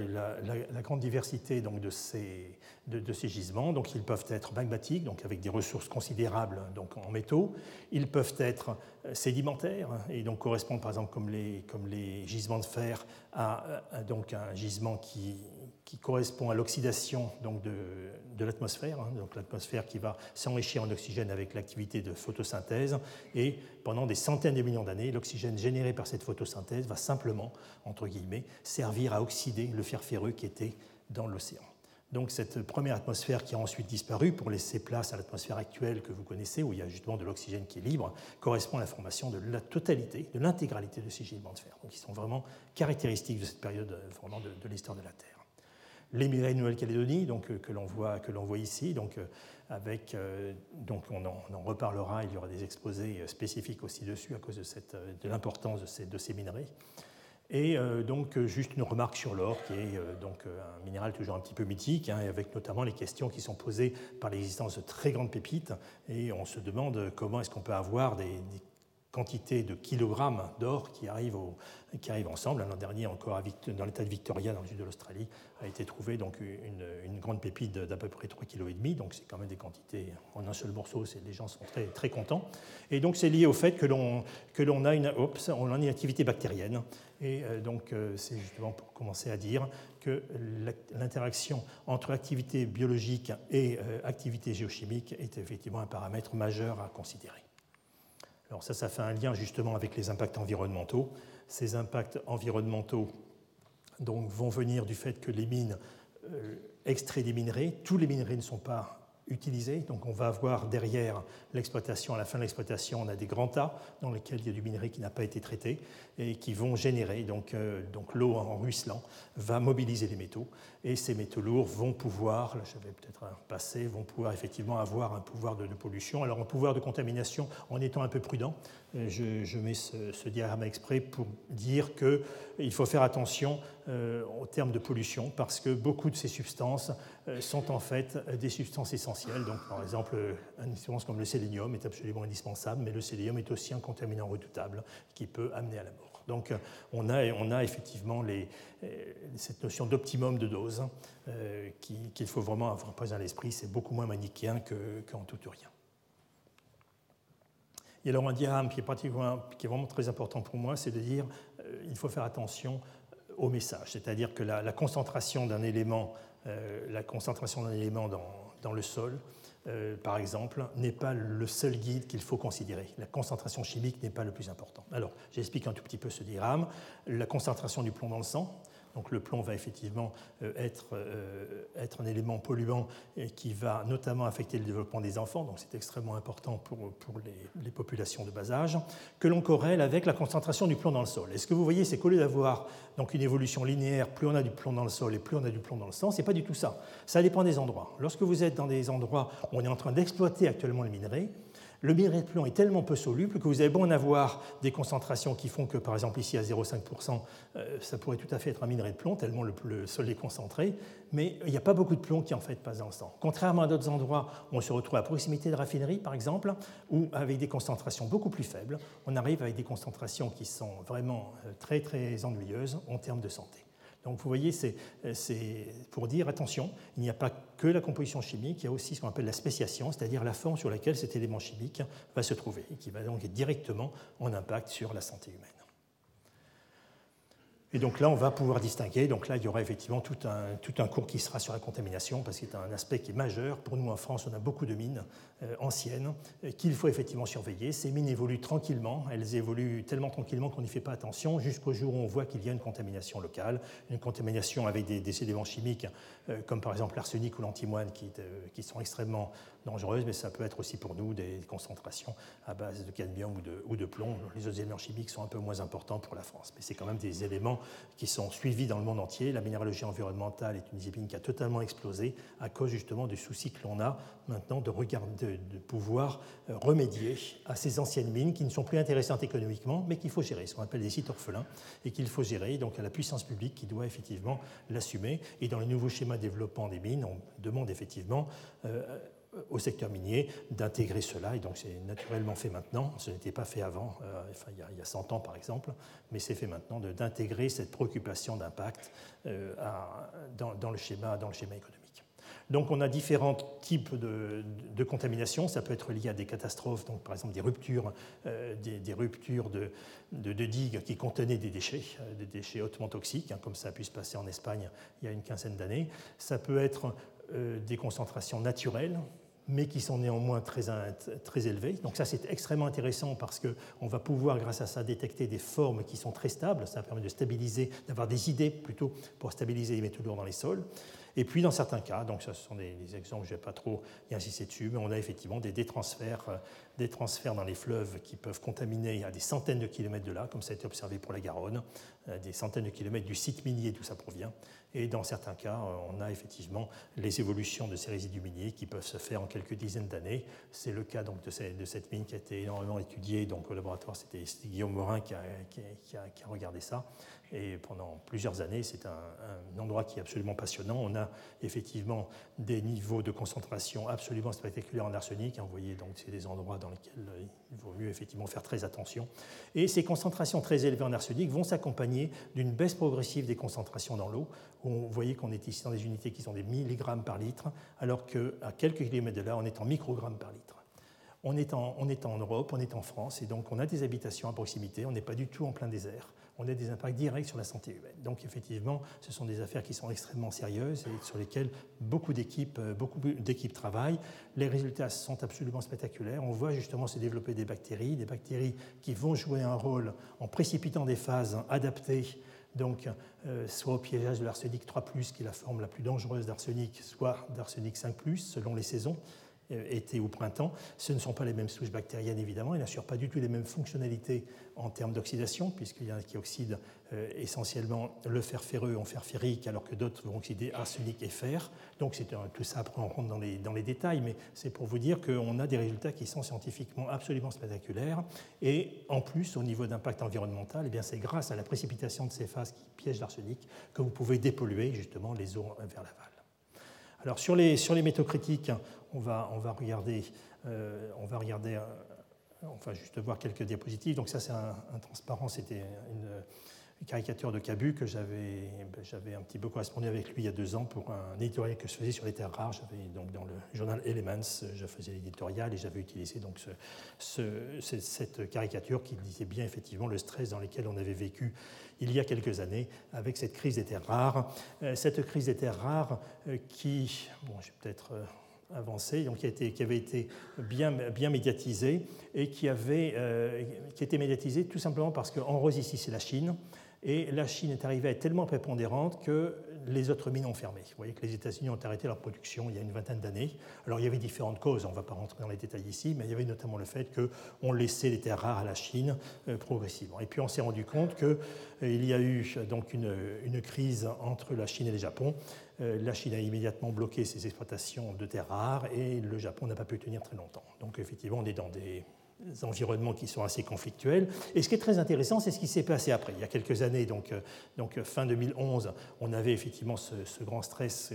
donc de ces gisements. Donc, ils peuvent être magmatiques, donc avec des ressources considérables donc en métaux. Ils peuvent être sédimentaires et donc correspondent par exemple comme les gisements de fer à donc un gisement qui correspond à l'oxydation donc de l'atmosphère, donc l'atmosphère qui va s'enrichir en oxygène avec l'activité de photosynthèse, et pendant des centaines de millions d'années, l'oxygène généré par cette photosynthèse va simplement, entre guillemets, servir à oxyder le fer ferreux qui était dans l'océan. Donc cette première atmosphère qui a ensuite disparu pour laisser place à l'atmosphère actuelle que vous connaissez, où il y a justement de l'oxygène qui est libre, correspond à la formation de la totalité, de l'intégralité de ces gisements de fer. Donc ils sont vraiment caractéristiques de cette période vraiment de l'histoire de la Terre. Les minerais de Nouvelle-Calédonie, donc que l'on voit ici, donc on en reparlera. Il y aura des exposés spécifiques aussi dessus à cause de l'importance de ces minerais. Et donc juste une remarque sur l'or, qui est donc un minéral toujours un petit peu mythique, avec notamment les questions qui sont posées par l'existence de très grandes pépites. Et on se demande comment est-ce qu'on peut avoir quantité de kilogrammes d'or qui arrivent ensemble. L'an dernier, encore dans l'état de Victoria, dans le sud de l'Australie, a été trouvée donc une grande pépite d'à peu près 3,5 kg. Donc c'est quand même des quantités en un seul morceau. Les gens sont très, très contents. Et donc c'est lié au fait que l'on a une activité bactérienne. Et donc c'est justement pour commencer à dire que l'interaction entre activité biologique et activité géochimique est effectivement un paramètre majeur à considérer. Alors ça fait un lien justement avec les impacts environnementaux. Ces impacts environnementaux donc, vont venir du fait que les mines extraient des minerais. Tous les minerais ne sont pas utilisés, donc on va avoir derrière l'exploitation, à la fin de l'exploitation, on a des grands tas dans lesquels il y a du minerai qui n'a pas été traité et qui vont générer, donc l'eau en ruisselant va mobiliser les métaux et ces métaux lourds vont pouvoir, là je vais peut-être passer, vont pouvoir effectivement avoir un pouvoir de pollution, alors un pouvoir de contamination en étant un peu prudent. Je mets ce diagramme exprès pour dire qu'il faut faire attention au terme de pollution parce que beaucoup de ces substances sont en fait des substances essentielles. Donc, par exemple, une substance comme le sélénium est absolument indispensable, mais le sélénium est aussi un contaminant redoutable qui peut amener à la mort. Donc, on a effectivement cette notion d'optimum de dose qu'il faut vraiment avoir présent à l'esprit. C'est beaucoup moins manichéen qu'en tout ou rien. Et alors un diagramme qui est vraiment très important pour moi, c'est de dire qu'il faut faire attention au message, c'est-à-dire que la concentration d'un élément, dans le sol, par exemple, n'est pas le seul guide qu'il faut considérer. La concentration chimique n'est pas le plus important. Alors, j'explique un tout petit peu ce diagramme. La concentration du plomb dans le sang. Donc le plomb va effectivement être un élément polluant et qui va notamment affecter le développement des enfants, donc c'est extrêmement important pour les populations de bas âge, que l'on corrèle avec la concentration du plomb dans le sol. Et ce que vous voyez, c'est qu'au lieu d'avoir donc une évolution linéaire, plus on a du plomb dans le sol et plus on a du plomb dans le sang, c'est pas du tout ça. Ça dépend des endroits. Lorsque vous êtes dans des endroits où on est en train d'exploiter actuellement le minerai, le minerai de plomb est tellement peu soluble que vous avez beau en avoir des concentrations qui font que, par exemple, ici à 0,5%, ça pourrait tout à fait être un minerai de plomb, tellement le sol est concentré, mais il n'y a pas beaucoup de plomb qui en fait passe dans le sang. Contrairement à d'autres endroits où on se retrouve à proximité de raffineries, par exemple, où avec des concentrations beaucoup plus faibles, on arrive avec des concentrations qui sont vraiment très, très ennuyeuses en termes de santé. Donc vous voyez, c'est pour dire, attention, il n'y a pas que la composition chimique, il y a aussi ce qu'on appelle la spéciation, c'est-à-dire la forme sur laquelle cet élément chimique va se trouver, et qui va donc être directement en impact sur la santé humaine. Et donc là, on va pouvoir distinguer. Donc là, il y aura effectivement tout un cours qui sera sur la contamination, parce que c'est un aspect qui est majeur. Pour nous, en France, on a beaucoup de mines anciennes qu'il faut effectivement surveiller. Ces mines évoluent tranquillement. Elles évoluent tellement tranquillement qu'on n'y fait pas attention, jusqu'au jour où on voit qu'il y a une contamination locale, une contamination avec des éléments chimiques, comme par exemple l'arsenic ou l'antimoine, qui sont extrêmement dangereuses, mais ça peut être aussi pour nous des concentrations à base de cadmium ou de plomb. Les autres éléments chimiques sont un peu moins importants pour la France, mais c'est quand même des éléments qui sont suivis dans le monde entier. La minéralogie environnementale est une discipline qui a totalement explosé à cause justement du souci que l'on a maintenant de pouvoir remédier à ces anciennes mines qui ne sont plus intéressantes économiquement, mais qu'il faut gérer, ce qu'on appelle des sites orphelins, et qu'il faut gérer, donc à la puissance publique qui doit effectivement l'assumer. Et dans les nouveaux schémas de développement des mines, on demande effectivement au secteur minier d'intégrer cela, et donc c'est naturellement fait maintenant, ce n'était pas fait avant, il y a 100 ans par exemple, mais c'est fait maintenant d'intégrer cette préoccupation d'impact dans le schéma économique. Donc on a différents types de contamination, ça peut être lié à des catastrophes, donc par exemple des ruptures de digues qui contenaient des déchets hautement toxiques, comme ça a pu se passer en Espagne il y a une quinzaine d'années. Ça peut être des concentrations naturelles, mais qui sont néanmoins très élevées. Donc ça, c'est extrêmement intéressant parce qu'on va pouvoir, grâce à ça, détecter des formes qui sont très stables. Ça permet de stabiliser, d'avoir des idées plutôt pour stabiliser les métaux lourds dans les sols. Et puis, dans certains cas, donc ça, ce sont des exemples, je ne vais pas trop y insister dessus, mais on a effectivement des transferts dans les fleuves qui peuvent contaminer à des centaines de kilomètres de là, comme ça a été observé pour la Garonne, des centaines de kilomètres du site minier d'où ça provient. Et dans certains cas, on a effectivement les évolutions de ces résidus miniers qui peuvent se faire en quelques dizaines d'années. C'est le cas donc, de cette mine qui a été énormément étudiée. Donc, au laboratoire, c'était Guillaume Morin qui a regardé ça. Et pendant plusieurs années, c'est un endroit qui est absolument passionnant. On a a effectivement des niveaux de concentration absolument spectaculaires en arsenic. Vous voyez, donc c'est des endroits dans lesquels il vaut mieux effectivement faire très attention. Et ces concentrations très élevées en arsenic vont s'accompagner d'une baisse progressive des concentrations dans l'eau. Vous voyez qu'on est ici dans des unités qui sont des milligrammes par litre, alors qu'à quelques kilomètres de là, on est en microgrammes par litre. On est en Europe, on est en France, et donc on a des habitations à proximité, on n'est pas du tout en plein désert. On a des impacts directs sur la santé humaine. Donc effectivement, ce sont des affaires qui sont extrêmement sérieuses et sur lesquelles beaucoup d'équipes travaillent. Les résultats sont absolument spectaculaires. On voit justement se développer des bactéries qui vont jouer un rôle en précipitant des phases adaptées, donc soit au piégeage de l'arsenic 3+, qui est la forme la plus dangereuse d'arsenic, soit d'arsenic 5+, selon les saisons, été ou printemps. Ce ne sont pas les mêmes souches bactériennes, évidemment. Ils n'assurent pas du tout les mêmes fonctionnalités en termes d'oxydation, puisqu'il y en a qui oxydent essentiellement le fer ferreux en fer ferrique, alors que d'autres vont oxyder arsenic et fer. Donc tout ça, après, on rentre dans les détails, mais c'est pour vous dire qu'on a des résultats qui sont scientifiquement absolument spectaculaires. Et en plus, au niveau d'impact environnemental, eh bien, c'est grâce à la précipitation de ces phases qui piègent l'arsenic que vous pouvez dépolluer justement les eaux vers l'aval. Alors sur les métaux critiques, on va regarder, juste voir quelques diapositives. Donc ça, c'est un transparent, c'était une caricature de Cabu que j'avais un petit peu correspondu avec lui il y a 2 ans pour un éditorial que je faisais sur les terres rares. Donc dans le journal Elements, je faisais l'éditorial et j'avais utilisé donc cette caricature qui disait bien effectivement le stress dans lequel on avait vécu il y a quelques années avec cette crise des terres rares. Cette crise des terres rares qui, je vais peut-être avancer, donc qui avait été bien médiatisée et qui était médiatisée tout simplement parce qu'en rose ici c'est la Chine. Et la Chine est arrivée à être tellement prépondérante que les autres mines ont fermé. Vous voyez que les États-Unis ont arrêté leur production il y a une 20aine d'années. Alors il y avait différentes causes, on ne va pas rentrer dans les détails ici, mais il y avait notamment le fait qu'on laissait les terres rares à la Chine progressivement. Et puis on s'est rendu compte qu'il y a eu donc une crise entre la Chine et le Japon. La Chine a immédiatement bloqué ses exploitations de terres rares et le Japon n'a pas pu tenir très longtemps. Donc effectivement, on est dans des environnements qui sont assez conflictuels. Et ce qui est très intéressant, c'est ce qui s'est passé après. Il y a quelques années, donc fin 2011, on avait effectivement ce grand stress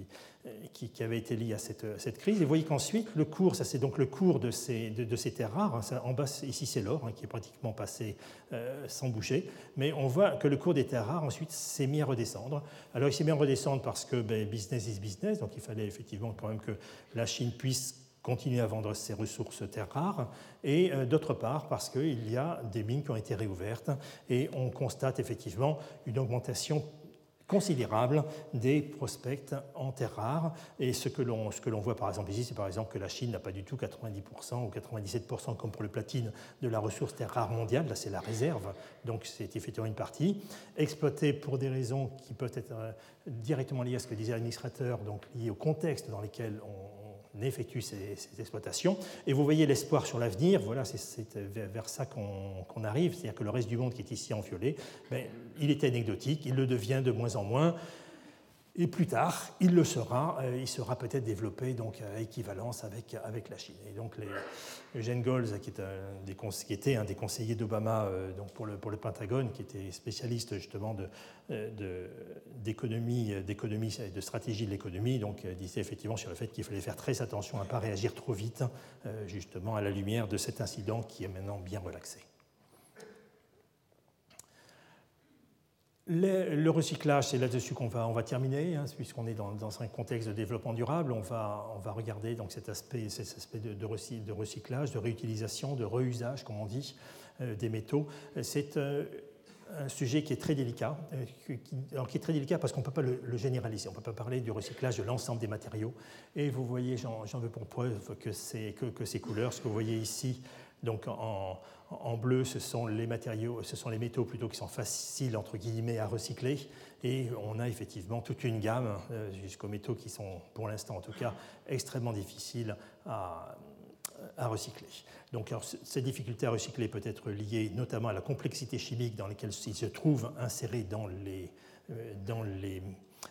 qui avait été lié à cette crise. Et vous voyez qu'ensuite, le cours, ça c'est donc le cours de ces terres rares. En bas, ici, c'est l'or, qui est pratiquement passé sans bouger. Mais on voit que le cours des terres rares, ensuite, s'est mis à redescendre. Alors, il s'est mis à redescendre parce que business is business. Donc, il fallait effectivement quand même que la Chine puisse continuer à vendre ses ressources terres rares, et d'autre part parce qu'il y a des mines qui ont été réouvertes, et on constate effectivement une augmentation considérable des prospects en terres rares. Et ce que l'on voit par exemple ici, c'est par exemple que la Chine n'a pas du tout 90% ou 97% comme pour le platine de la ressource terres rares mondiale. Là, c'est la réserve, donc c'est effectivement une partie exploitée pour des raisons qui peuvent être directement liées à ce que disait l'administrateur, donc liées au contexte dans lequel on effectue ces exploitations. Et vous voyez l'espoir sur l'avenir, voilà, c'est vers ça qu'on arrive, c'est-à-dire que le reste du monde qui est ici en violet, il est anecdotique, il le devient de moins en moins, et plus tard, il sera peut-être développé donc, à équivalence avec la Chine. Et donc Eugene Golds, qui était un des conseillers d'Obama donc pour le Pentagone, qui était spécialiste justement d'économie et de stratégie de l'économie, donc disait effectivement sur le fait qu'il fallait faire très attention à ne pas réagir trop vite, justement à la lumière de cet incident qui est maintenant bien relaxé. Le recyclage, c'est là-dessus qu'on va terminer, puisqu'on est dans un contexte de développement durable. On va regarder donc cet aspect de recyclage, de réutilisation, de reusage, comme on dit, des métaux. C'est un sujet qui est très délicat, qui est très délicat parce qu'on ne peut pas le généraliser. On ne peut pas parler du recyclage de l'ensemble des matériaux. Et vous voyez, j'en veux pour preuve que ces couleurs, ce que vous voyez ici, donc en bleu, ce sont les métaux plutôt qui sont faciles entre guillemets à recycler, et on a effectivement toute une gamme jusqu'aux métaux qui sont, pour l'instant en tout cas, extrêmement difficiles à recycler. Donc alors, cette difficulté à recycler peut être liée notamment à la complexité chimique dans laquelle ils se trouvent insérés dans les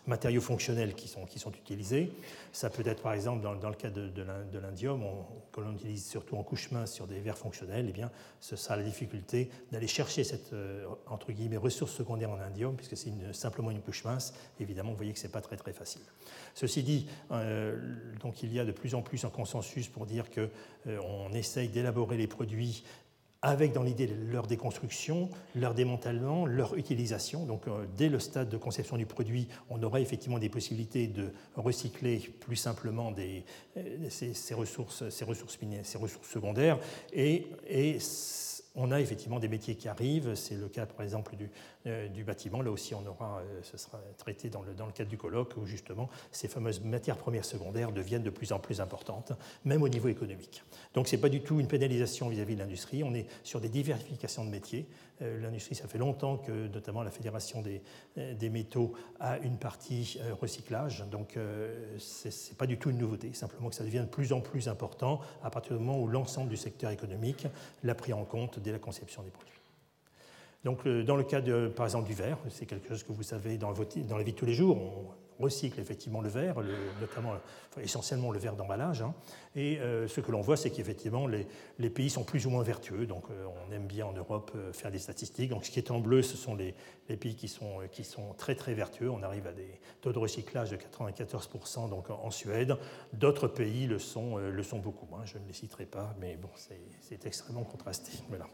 matériaux fonctionnels qui sont utilisés. Ça peut être par exemple dans le cas de l'indium, que l'on utilise surtout en couche mince sur des verres fonctionnels, eh bien, ce sera la difficulté d'aller chercher cette entre guillemets ressource secondaire en indium, puisque c'est simplement une couche mince. Évidemment, vous voyez que ce n'est pas très très facile. Ceci dit, donc il y a de plus en plus un consensus pour dire qu'on essaye d'élaborer les produits avec dans l'idée leur déconstruction, leur démantèlement, leur utilisation. Donc dès le stade de conception du produit, on aurait effectivement des possibilités de recycler plus simplement ces ressources secondaires et on a effectivement des métiers qui arrivent, c'est le cas par exemple du bâtiment, là aussi ce sera traité dans le cadre du colloque où justement ces fameuses matières premières secondaires deviennent de plus en plus importantes, même au niveau économique. Donc ce n'est pas du tout une pénalisation vis-à-vis de l'industrie, on est sur des diversifications de métiers. L'industrie, ça fait longtemps que notamment la Fédération des métaux a une partie recyclage, donc ce n'est pas du tout une nouveauté, simplement que ça devient de plus en plus important à partir du moment où l'ensemble du secteur économique l'a pris en compte dès la conception des produits. Donc, dans le cas, par exemple, du verre, c'est quelque chose que vous savez dans la vie de tous les jours, on recycle effectivement le verre, notamment, essentiellement le verre d'emballage. Hein, et ce que l'on voit, c'est qu'effectivement, les pays sont plus ou moins vertueux. Donc, on aime bien en Europe faire des statistiques. Donc, ce qui est en bleu, ce sont les pays qui sont très, très vertueux. On arrive à des taux de recyclage de 94% donc en Suède. D'autres pays le sont beaucoup moins. Je ne les citerai pas, mais bon, c'est extrêmement contrasté. Voilà.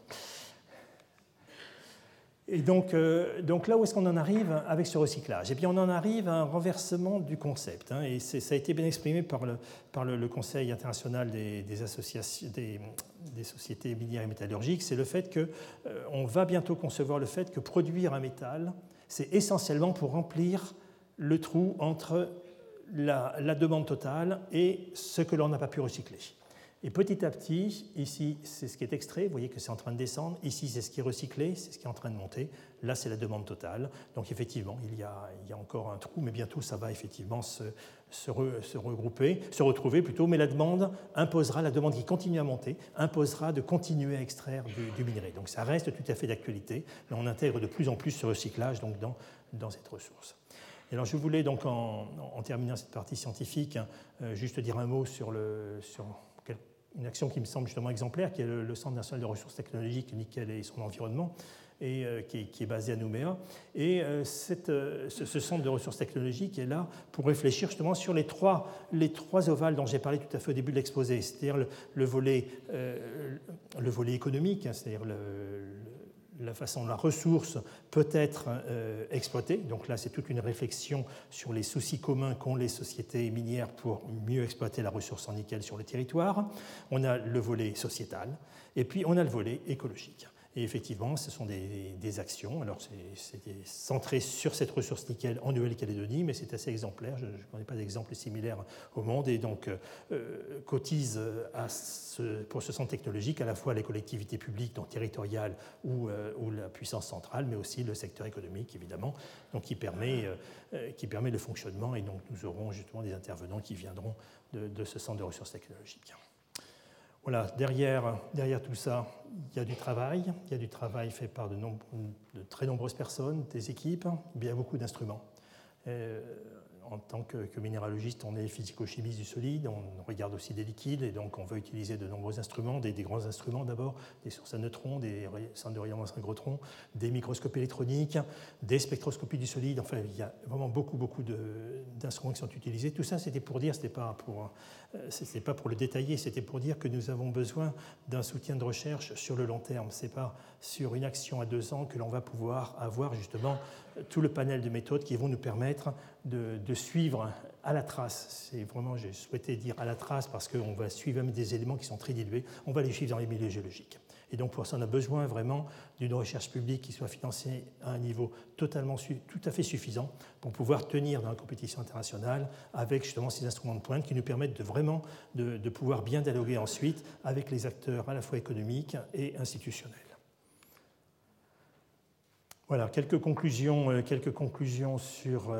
Et donc là où est-ce qu'on en arrive avec ce recyclage? Eh bien, on en arrive à un renversement du concept. Hein, et ça a été bien exprimé par le Conseil international des associations, des sociétés minières et métallurgiques. C'est le fait qu'on va bientôt concevoir le fait que produire un métal, c'est essentiellement pour remplir le trou entre la demande totale et ce que l'on n'a pas pu recycler. Et petit à petit, ici, c'est ce qui est extrait, vous voyez que c'est en train de descendre. Ici, c'est ce qui est recyclé, c'est ce qui est en train de monter. Là, c'est la demande totale. Donc, effectivement, il y a encore un trou, mais bientôt, ça va effectivement se retrouver plutôt. Mais la demande qui continue à monter, imposera de continuer à extraire du minerai. Donc, ça reste tout à fait d'actualité. Mais on intègre de plus en plus ce recyclage donc, dans cette ressource. Et alors, je voulais donc, en terminant cette partie scientifique, juste dire un mot sur une action qui me semble justement exemplaire, qui est le Centre national de ressources technologiques, nickel et son environnement, et qui est basé à Nouméa. Et ce centre de ressources technologiques est là pour réfléchir justement sur les trois ovales dont j'ai parlé tout à fait au début de l'exposé, c'est-à-dire le volet économique, hein, c'est-à-dire la façon dont la ressource peut être exploitée. Donc là, c'est toute une réflexion sur les soucis communs qu'ont les sociétés minières pour mieux exploiter la ressource en nickel sur le territoire. On a le volet sociétal et puis on a le volet écologique. Et effectivement, ce sont des actions. Alors, c'est centré sur cette ressource nickel en Nouvelle-Calédonie, mais c'est assez exemplaire. Je ne connais pas d'exemple similaire au monde. Et donc, cotise pour ce centre technologique à la fois les collectivités publiques, donc territoriales ou la puissance centrale, mais aussi le secteur économique, évidemment, donc qui permet le fonctionnement. Et donc, nous aurons justement des intervenants qui viendront de ce centre de ressources technologiques. Voilà, derrière tout ça, il y a du travail. Il y a du travail fait par de très nombreuses personnes, des équipes, il y a beaucoup d'instruments. En tant que minéralogiste, on est physico-chimiste du solide, on regarde aussi des liquides, et donc on veut utiliser de nombreux instruments, des grands instruments d'abord, des sources à neutrons, des centres de rayonnement synchrotron, des microscopies électroniques, des spectroscopies du solide. Enfin, il y a vraiment beaucoup d'instruments qui sont utilisés. Tout ça, c'était pour dire, c'était pas pour le détailler, c'était pour dire que nous avons besoin d'un soutien de recherche sur le long terme. Ce n'est pas sur une action à 2 ans que l'on va pouvoir avoir justement tout le panel de méthodes qui vont nous permettre de suivre à la trace. C'est vraiment, j'ai souhaité dire à la trace parce qu'on va suivre des éléments qui sont très dilués, on va les suivre dans les milieux géologiques. Et donc pour ça, on a besoin vraiment d'une recherche publique qui soit financée à un niveau tout à fait suffisant pour pouvoir tenir dans la compétition internationale avec justement ces instruments de pointe qui nous permettent de pouvoir bien dialoguer ensuite avec les acteurs à la fois économiques et institutionnels. Voilà, quelques conclusions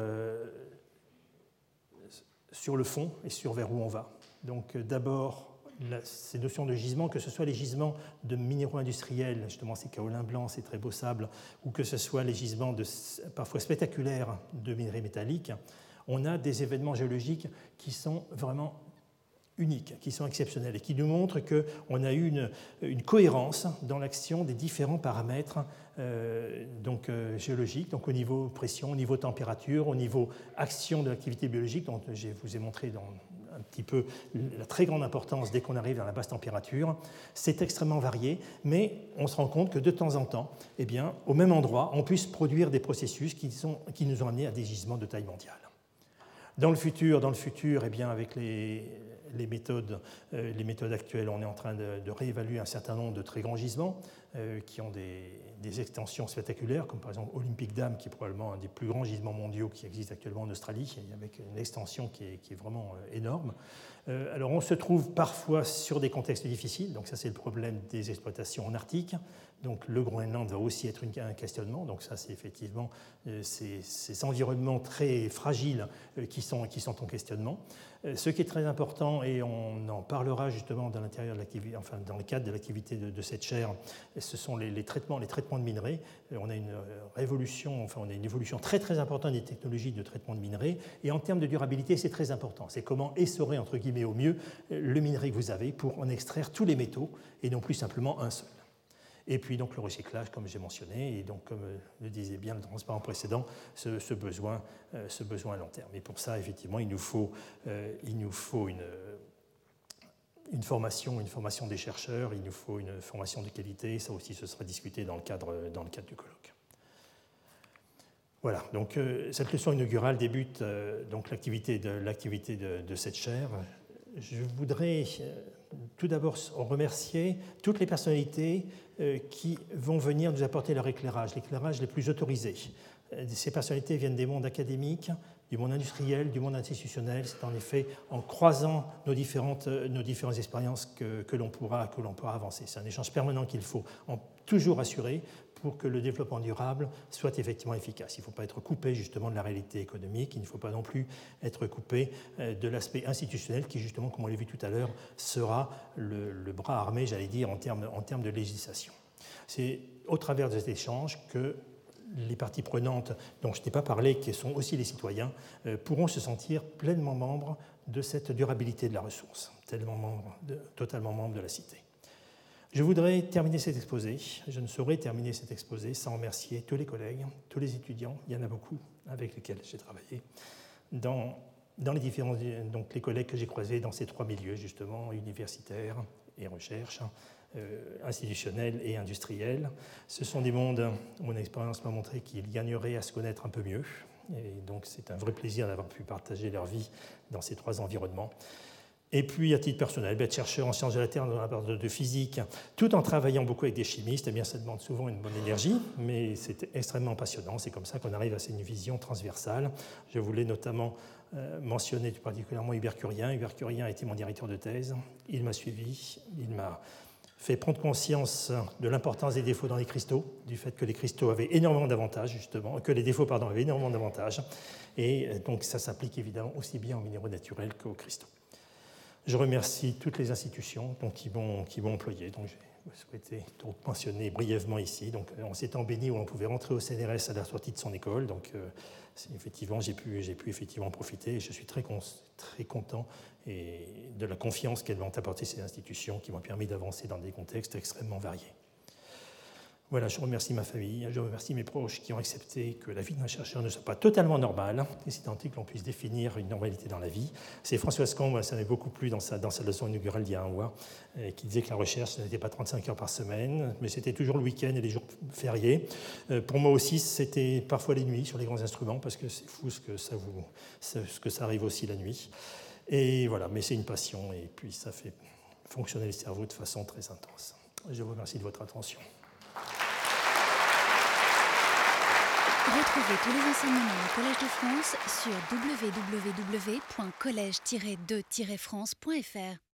sur le fond et sur vers où on va. Donc d'abord, ces notions de gisement, que ce soit les gisements de minéraux industriels, justement ces kaolins blancs, ces très beaux sables, ou que ce soit les gisements parfois spectaculaires de minerais métalliques, on a des événements géologiques qui sont vraiment uniques, qui sont exceptionnels et qui nous montrent qu'on a eu une cohérence dans l'action des différents paramètres géologiques, donc au niveau pression, au niveau température, au niveau action de l'activité biologique, dont je vous ai montré un petit peu la très grande importance dès qu'on arrive dans la basse température. C'est extrêmement varié, mais on se rend compte que de temps en temps, eh bien, au même endroit, on puisse produire des processus qui nous ont amenés à des gisements de taille mondiale. Dans le futur, eh bien, avec les méthodes actuelles, on est en train de réévaluer un certain nombre de très grands gisements qui ont des extensions spectaculaires, comme par exemple Olympic Dam, qui est probablement un des plus grands gisements mondiaux qui existe actuellement en Australie, avec une extension qui est vraiment énorme. Alors on se trouve parfois sur des contextes difficiles, donc ça c'est le problème des exploitations en Arctique. Donc le Groenland va aussi être un questionnement, donc ça c'est effectivement ces environnements très fragiles qui sont en questionnement. Ce qui est très important, et on en parlera justement dans l'intérieur de l'activité, enfin dans le cadre de l'activité de cette chaire, ce sont les traitements de minerais. On a une révolution, enfin on a une évolution très très importante des technologies de traitement de minerais, et en termes de durabilité, c'est très important. C'est comment essorer entre guillemets au mieux le minerai que vous avez pour en extraire tous les métaux et non plus simplement un seul. Et puis donc le recyclage, comme j'ai mentionné, et donc comme le disait bien le transparent précédent, ce besoin à long terme. Et pour ça, effectivement, il nous faut une formation des chercheurs, il nous faut une formation de qualité. Ça aussi, ce sera discuté dans le cadre du colloque. Voilà. Donc cette leçon inaugurale débute donc l'activité de cette chaire. Je voudrais tout d'abord remercier toutes les personnalités qui vont venir nous apporter leur éclairage, l'éclairage les plus autorisés. Ces personnalités viennent des mondes académiques, du monde industriel, du monde institutionnel. C'est en effet en croisant nos différentes expériences que l'on pourra avancer. C'est un échange permanent qu'il faut toujours assurer pour que le développement durable soit effectivement efficace. Il ne faut pas être coupé justement de la réalité économique, il ne faut pas non plus être coupé de l'aspect institutionnel qui justement, comme on l'a vu tout à l'heure, sera le bras armé, j'allais dire, en termes de législation. C'est au travers de cet échange que les parties prenantes dont je n'ai pas parlé, qui sont aussi les citoyens, pourront se sentir pleinement membres de cette durabilité de la ressource, totalement membres de la cité. Je voudrais terminer cet exposé. Je ne saurais terminer cet exposé sans remercier tous les collègues, tous les étudiants, il y en a beaucoup avec lesquels j'ai travaillé, dans les différents, donc les collègues que j'ai croisés dans ces trois milieux, justement, universitaires et recherche, institutionnels et industriels. Ce sont des mondes où mon expérience m'a montré qu'ils gagneraient à se connaître un peu mieux. Et donc c'est un vrai plaisir d'avoir pu partager leur vie dans ces trois environnements. Et puis, à titre personnel, être chercheur en sciences de la Terre dans la part de physique, tout en travaillant beaucoup avec des chimistes, eh bien, ça demande souvent une bonne énergie, mais c'est extrêmement passionnant. C'est comme ça qu'on arrive à une vision transversale. Je voulais notamment mentionner tout particulièrement Hubert Curien. Hubert Curien a été mon directeur de thèse. Il m'a suivi, il m'a fait prendre conscience de l'importance des défauts dans les cristaux, du fait que les cristaux avaient énormément d'avantages, justement, que les défauts, avaient énormément d'avantages. Et donc, ça s'applique évidemment aussi bien aux minéraux naturels qu'aux cristaux. Je remercie toutes les institutions qui m'ont employé. Donc, j'ai souhaité mentionner brièvement ici. Donc, en ces temps bénis où on pouvait rentrer au CNRS à la sortie de son école, donc effectivement, j'ai pu effectivement en profiter. Et je suis très content et de la confiance qu'elles m'ont apporté ces institutions qui m'ont permis d'avancer dans des contextes extrêmement variés. Voilà, je remercie ma famille, je remercie mes proches qui ont accepté que la vie d'un chercheur ne soit pas totalement normale, et c'est tant que l'on puisse définir une normalité dans la vie. C'est Françoise Combe, ça m'est beaucoup plu dans sa leçon inaugurale d'il y a un mois, qui disait que la recherche, ce n'était pas 35 heures par semaine, mais c'était toujours le week-end et les jours fériés. Pour moi aussi, c'était parfois les nuits sur les grands instruments, parce que c'est fou ce que ça arrive aussi la nuit. Et voilà, mais c'est une passion, et puis ça fait fonctionner le cerveau de façon très intense. Je vous remercie de votre attention. Retrouvez tous les enseignements du Collège de France sur www.collège-2-france.fr.